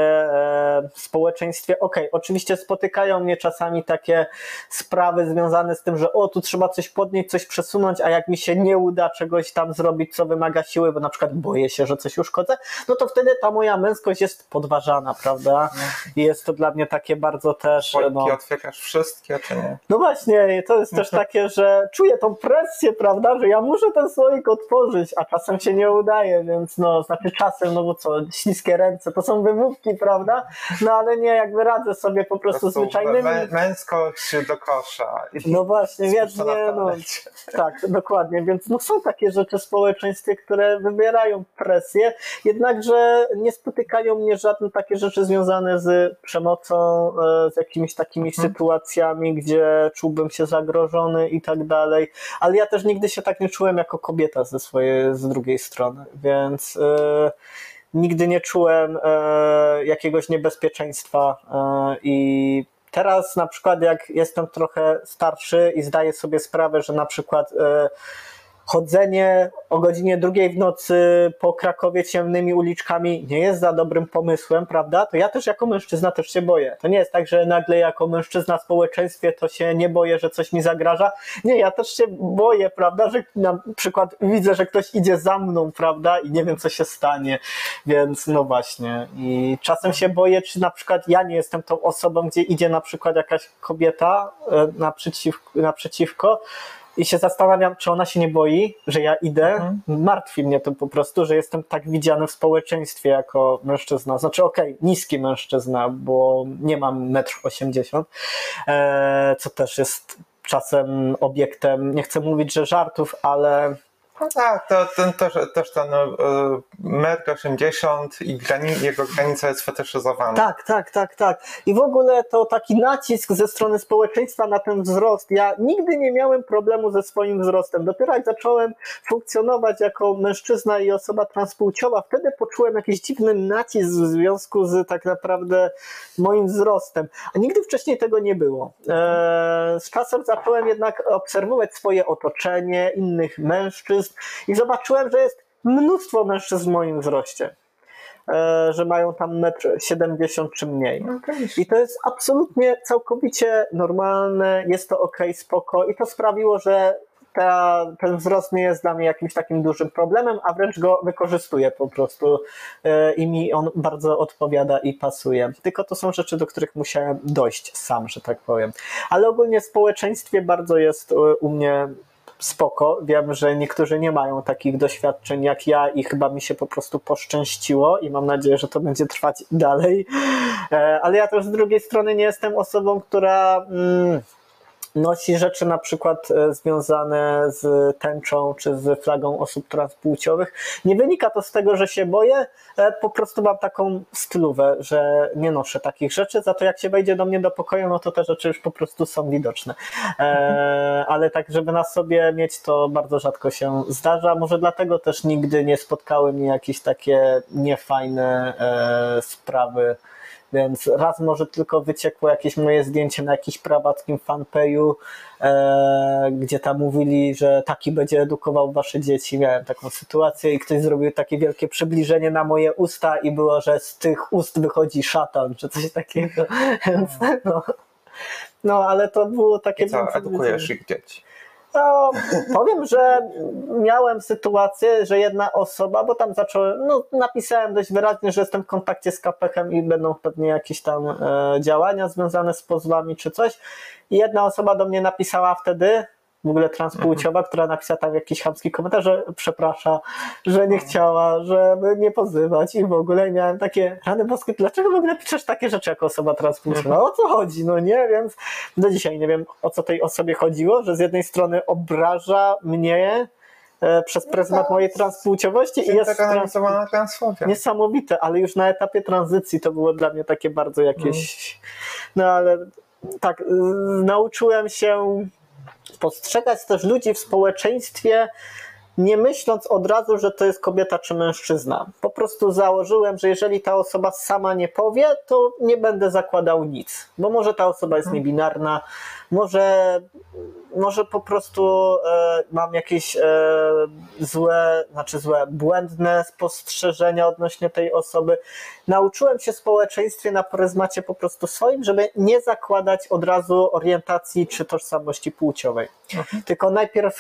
B: w społeczeństwie, oczywiście spotykają mnie czasami takie sprawy związane z tym, że tu trzeba coś podnieść, coś przesunąć, a jak mi się nie uda czegoś tam zrobić, co wymaga siły, bo na przykład boję się, że coś uszkodzę, to wtedy ta moja męskość jest podważana, prawda? I jest to dla mnie takie bardzo też...
C: Słoiki otwierasz wszystkie, czy nie?
B: No właśnie, to jest też takie, że czuję tą presję, prawda, że ja muszę ten słoik otworzyć, a czasem się nie udaje, więc znaczy czasem, bo co, śliskie ręce, to są wymówki, prawda? Ale nie, jakby radzę sobie po prostu zwyczajnymi...
C: Męskość do kosza.
B: No właśnie, więc nie, tak, dokładnie, więc są takie rzeczy w społeczeństwie, które wybierają presję, jednakże nie spotykają mnie żadne takie rzeczy związane z przemocą, z jakimiś takimi sytuacjami, gdzie czułbym się zagrożony i tak dalej, ale ja też nigdy się tak nie czułem jako kobieta z drugiej strony, więc nigdy nie czułem jakiegoś niebezpieczeństwa i teraz na przykład jak jestem trochę starszy i zdaję sobie sprawę, że na przykład chodzenie o godzinie 2 w nocy po Krakowie ciemnymi uliczkami nie jest za dobrym pomysłem, prawda? To ja też jako mężczyzna też się boję. To nie jest tak, że nagle jako mężczyzna w społeczeństwie to się nie boję, że coś mi zagraża. Nie, ja też się boję, prawda, że na przykład widzę, że ktoś idzie za mną, prawda, i nie wiem, co się stanie. Więc właśnie. I czasem się boję, czy na przykład ja nie jestem tą osobą, gdzie idzie na przykład jakaś kobieta naprzeciwko, i się zastanawiam, czy ona się nie boi, że ja idę. Martwi mnie to po prostu, że jestem tak widziany w społeczeństwie jako mężczyzna. Znaczy niski mężczyzna, bo nie mam 1,80 m, co też jest czasem obiektem, nie chcę mówić, że żartów, ale...
C: No tak, też ten 1,80 m i jego granica jest fetyszyzowana.
B: Tak. I w ogóle to taki nacisk ze strony społeczeństwa na ten wzrost. Ja nigdy nie miałem problemu ze swoim wzrostem. Dopiero jak zacząłem funkcjonować jako mężczyzna i osoba transpłciowa, wtedy poczułem jakiś dziwny nacisk w związku z tak naprawdę moim wzrostem. A nigdy wcześniej tego nie było. Z czasem zacząłem jednak obserwować swoje otoczenie, innych mężczyzn, i zobaczyłem, że jest mnóstwo mężczyzn w moim wzroście, że mają tam 1,70 m czy mniej. I to jest absolutnie całkowicie normalne, jest to spoko i to sprawiło, że ten wzrost nie jest dla mnie jakimś takim dużym problemem, a wręcz go wykorzystuję po prostu i mi on bardzo odpowiada i pasuje. Tylko to są rzeczy, do których musiałem dojść sam, że tak powiem. Ale ogólnie w społeczeństwie bardzo jest u mnie spoko. Wiem, że niektórzy nie mają takich doświadczeń jak ja i chyba mi się po prostu poszczęściło i mam nadzieję, że to będzie trwać dalej. Ale ja też z drugiej strony nie jestem osobą, która nosi rzeczy na przykład związane z tęczą czy z flagą osób transpłciowych. Nie wynika to z tego, że się boję, po prostu mam taką stylówę, że nie noszę takich rzeczy, za to jak się wejdzie do mnie do pokoju, no to te rzeczy już po prostu są widoczne. Ale tak, żeby na sobie mieć, to bardzo rzadko się zdarza. Może dlatego też nigdy nie spotkały mnie jakieś takie niefajne sprawy. Więc raz może tylko wyciekło jakieś moje zdjęcie na jakimś prywatnym fanpage'u, gdzie tam mówili, że taki będzie edukował wasze dzieci. Miałem taką sytuację i ktoś zrobił takie wielkie przybliżenie na moje usta i było, że z tych ust wychodzi szatan, czy coś takiego. Więc no ale to było takie...
C: I co, edukujesz ich dzieci?
B: No, powiem, że miałem sytuację, że jedna osoba, bo tam napisałem dość wyraźnie, że jestem w kontakcie z KPH-em i będą pewnie jakieś tam działania związane z pozwami czy coś. I jedna osoba do mnie napisała wtedy, w ogóle transpłciowa, która napisała tam jakiś chamski komentarz, że przeprasza, że nie chciała, żeby mnie pozywać i w ogóle miałem takie, rany boskie, dlaczego w ogóle piszesz takie rzeczy jako osoba transpłciowa? O co chodzi? No nie, więc do dzisiaj nie wiem, o co tej osobie chodziło, że z jednej strony obraża mnie przez pryzmat mojej transpłciowości i jest
C: transfobia.
B: Niesamowite, ale już na etapie tranzycji to było dla mnie takie bardzo jakieś... No ale tak, nauczyłem się postrzegać też ludzi w społeczeństwie, nie myśląc od razu, że to jest kobieta czy mężczyzna. Po prostu założyłem, że jeżeli ta osoba sama nie powie, to nie będę zakładał nic. Bo może ta osoba jest niebinarna, może po prostu mam jakieś błędne spostrzeżenia odnośnie tej osoby. Nauczyłem się w społeczeństwie na pryzmacie po prostu swoim, żeby nie zakładać od razu orientacji czy tożsamości płciowej. Tylko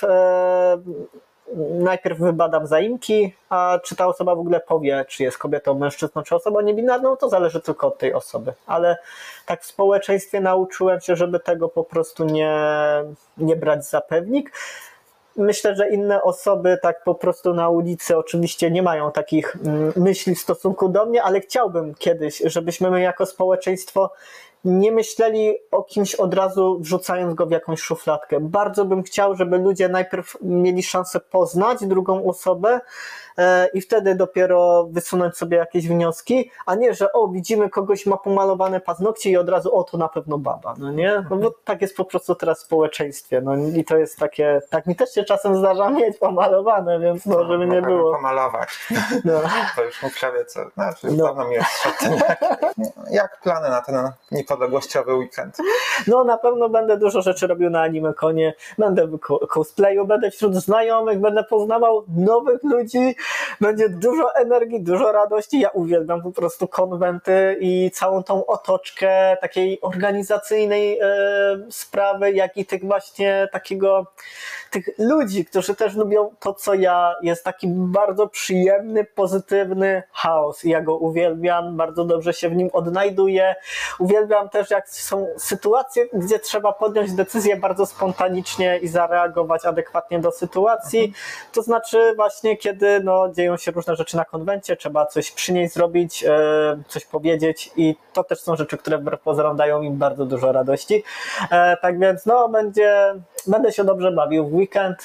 B: najpierw wybadam zaimki, a czy ta osoba w ogóle powie, czy jest kobietą, mężczyzną, czy osobą niebinarną, to zależy tylko od tej osoby. Ale tak w społeczeństwie nauczyłem się, żeby tego po prostu nie brać za pewnik. Myślę, że inne osoby tak po prostu na ulicy oczywiście nie mają takich myśli w stosunku do mnie, ale chciałbym kiedyś, żebyśmy my jako społeczeństwo nie myśleli o kimś od razu, wrzucając go w jakąś szufladkę. Bardzo bym chciał, żeby ludzie najpierw mieli szansę poznać drugą osobę i wtedy dopiero wysunąć sobie jakieś wnioski, a nie, że widzimy kogoś, ma pomalowane paznokcie i od razu to na pewno baba, no nie? No bo tak jest po prostu teraz w społeczeństwie, no i to jest takie, tak mi też się czasem zdarza mieć pomalowane, więc żeby nie było.
C: Pomalować.
B: No.
C: To już mu prawie co, dawno mi jest przed tym. Jak plany na ten niepodległościowy weekend? No
B: na pewno będę dużo rzeczy robił na AnimeConie, będę w cosplayu, będę wśród znajomych, będę poznawał nowych ludzi, będzie dużo energii, dużo radości. Ja uwielbiam po prostu konwenty i całą tą otoczkę takiej organizacyjnej sprawy, jak i tych właśnie tych ludzi, którzy też lubią to, co ja. Jest taki bardzo przyjemny, pozytywny chaos i ja go uwielbiam, bardzo dobrze się w nim odnajduję. Uwielbiam też, jak są sytuacje, gdzie trzeba podjąć decyzję bardzo spontanicznie i zareagować adekwatnie do sytuacji. To znaczy właśnie, kiedy dzieją się różne rzeczy na konwencie, trzeba coś przynieść, zrobić, coś powiedzieć i to też są rzeczy, które wbrew pozorom dają mi bardzo dużo radości. Tak więc będę się dobrze bawił w weekend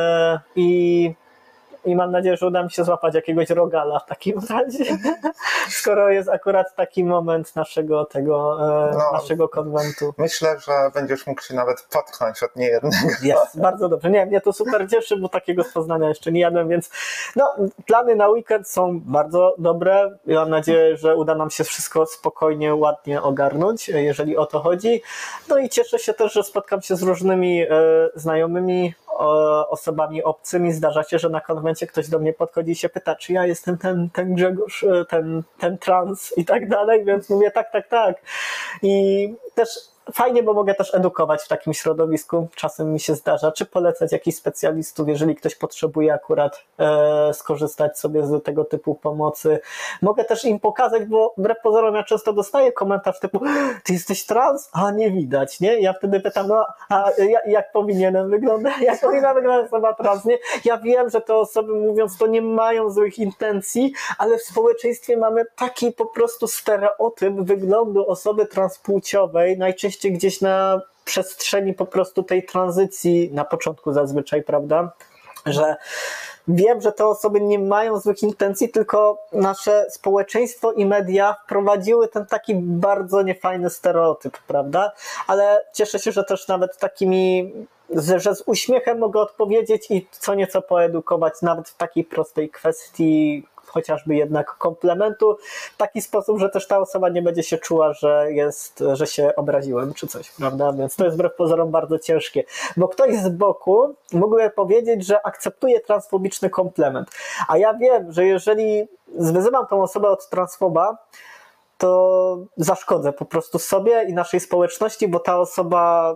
B: i mam nadzieję, że uda mi się złapać jakiegoś rogala w takim razie, skoro jest akurat taki moment naszego konwentu.
C: Myślę, że będziesz mógł się nawet potknąć od niejednego.
B: Jest, bardzo dobrze. Nie, mnie to super cieszy, bo takiego z Poznania jeszcze nie jadłem, więc plany na weekend są bardzo dobre. Ja mam nadzieję, że uda nam się wszystko spokojnie, ładnie ogarnąć, jeżeli o to chodzi. No i cieszę się też, że spotkam się z różnymi znajomymi, osobami obcymi. Zdarza się, że na konwencie ktoś do mnie podchodzi i się pyta, czy ja jestem ten Grzegorz, ten trans i tak dalej, więc mówię tak. I też fajnie, bo mogę też edukować w takim środowisku. Czasem mi się zdarza, czy polecać jakichś specjalistów, jeżeli ktoś potrzebuje akurat skorzystać sobie z tego typu pomocy. Mogę też im pokazać, bo wbrew pozorom ja często dostaję komentarz typu ty jesteś trans? A nie widać, nie? Ja wtedy pytam, no a jak powinienem wyglądać? Jak powinna wyglądać osoba trans, nie? Ja wiem, że te osoby, mówiąc to, nie mają złych intencji, ale w społeczeństwie mamy taki po prostu stereotyp wyglądu osoby transpłciowej, najczęściej gdzieś na przestrzeni po prostu tej tranzycji, na początku zazwyczaj, prawda, że wiem, że te osoby nie mają złych intencji, tylko nasze społeczeństwo i media wprowadziły ten taki bardzo niefajny stereotyp, prawda, ale cieszę się, że też nawet takimi, że z uśmiechem mogę odpowiedzieć i co nieco poedukować nawet w takiej prostej kwestii chociażby jednak komplementu, w taki sposób, że też ta osoba nie będzie się czuła, że się obraziłem czy coś, prawda? Więc to jest wbrew pozorom bardzo ciężkie, bo ktoś z boku mógłby powiedzieć, że akceptuje transfobiczny komplement, a ja wiem, że jeżeli wyzywam tą osobę od transfoba, to zaszkodzę po prostu sobie i naszej społeczności, bo ta osoba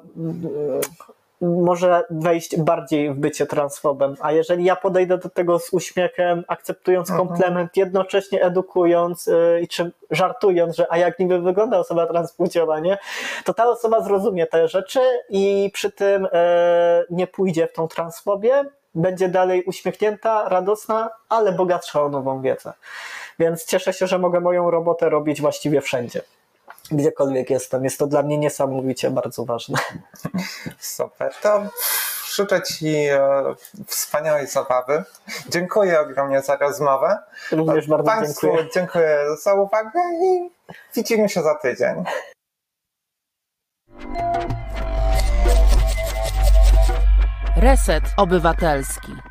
B: może wejść bardziej w bycie transfobem, a jeżeli ja podejdę do tego z uśmiechem, akceptując komplement, jednocześnie edukując i czym żartując, że a jak niby wygląda osoba transpłciowa, nie? To ta osoba zrozumie te rzeczy i przy tym nie pójdzie w tą transfobię, będzie dalej uśmiechnięta, radosna, ale bogatsza o nową wiedzę. Więc cieszę się, że mogę moją robotę robić właściwie wszędzie. Gdziekolwiek jestem. Jest to dla mnie niesamowicie bardzo ważne.
C: Super. To życzę Ci wspaniałej zabawy. Dziękuję ogromnie za rozmowę.
B: Również bardzo
C: Państwu
B: dziękuję.
C: dziękuję za uwagę i widzimy się za tydzień.
E: Reset Obywatelski.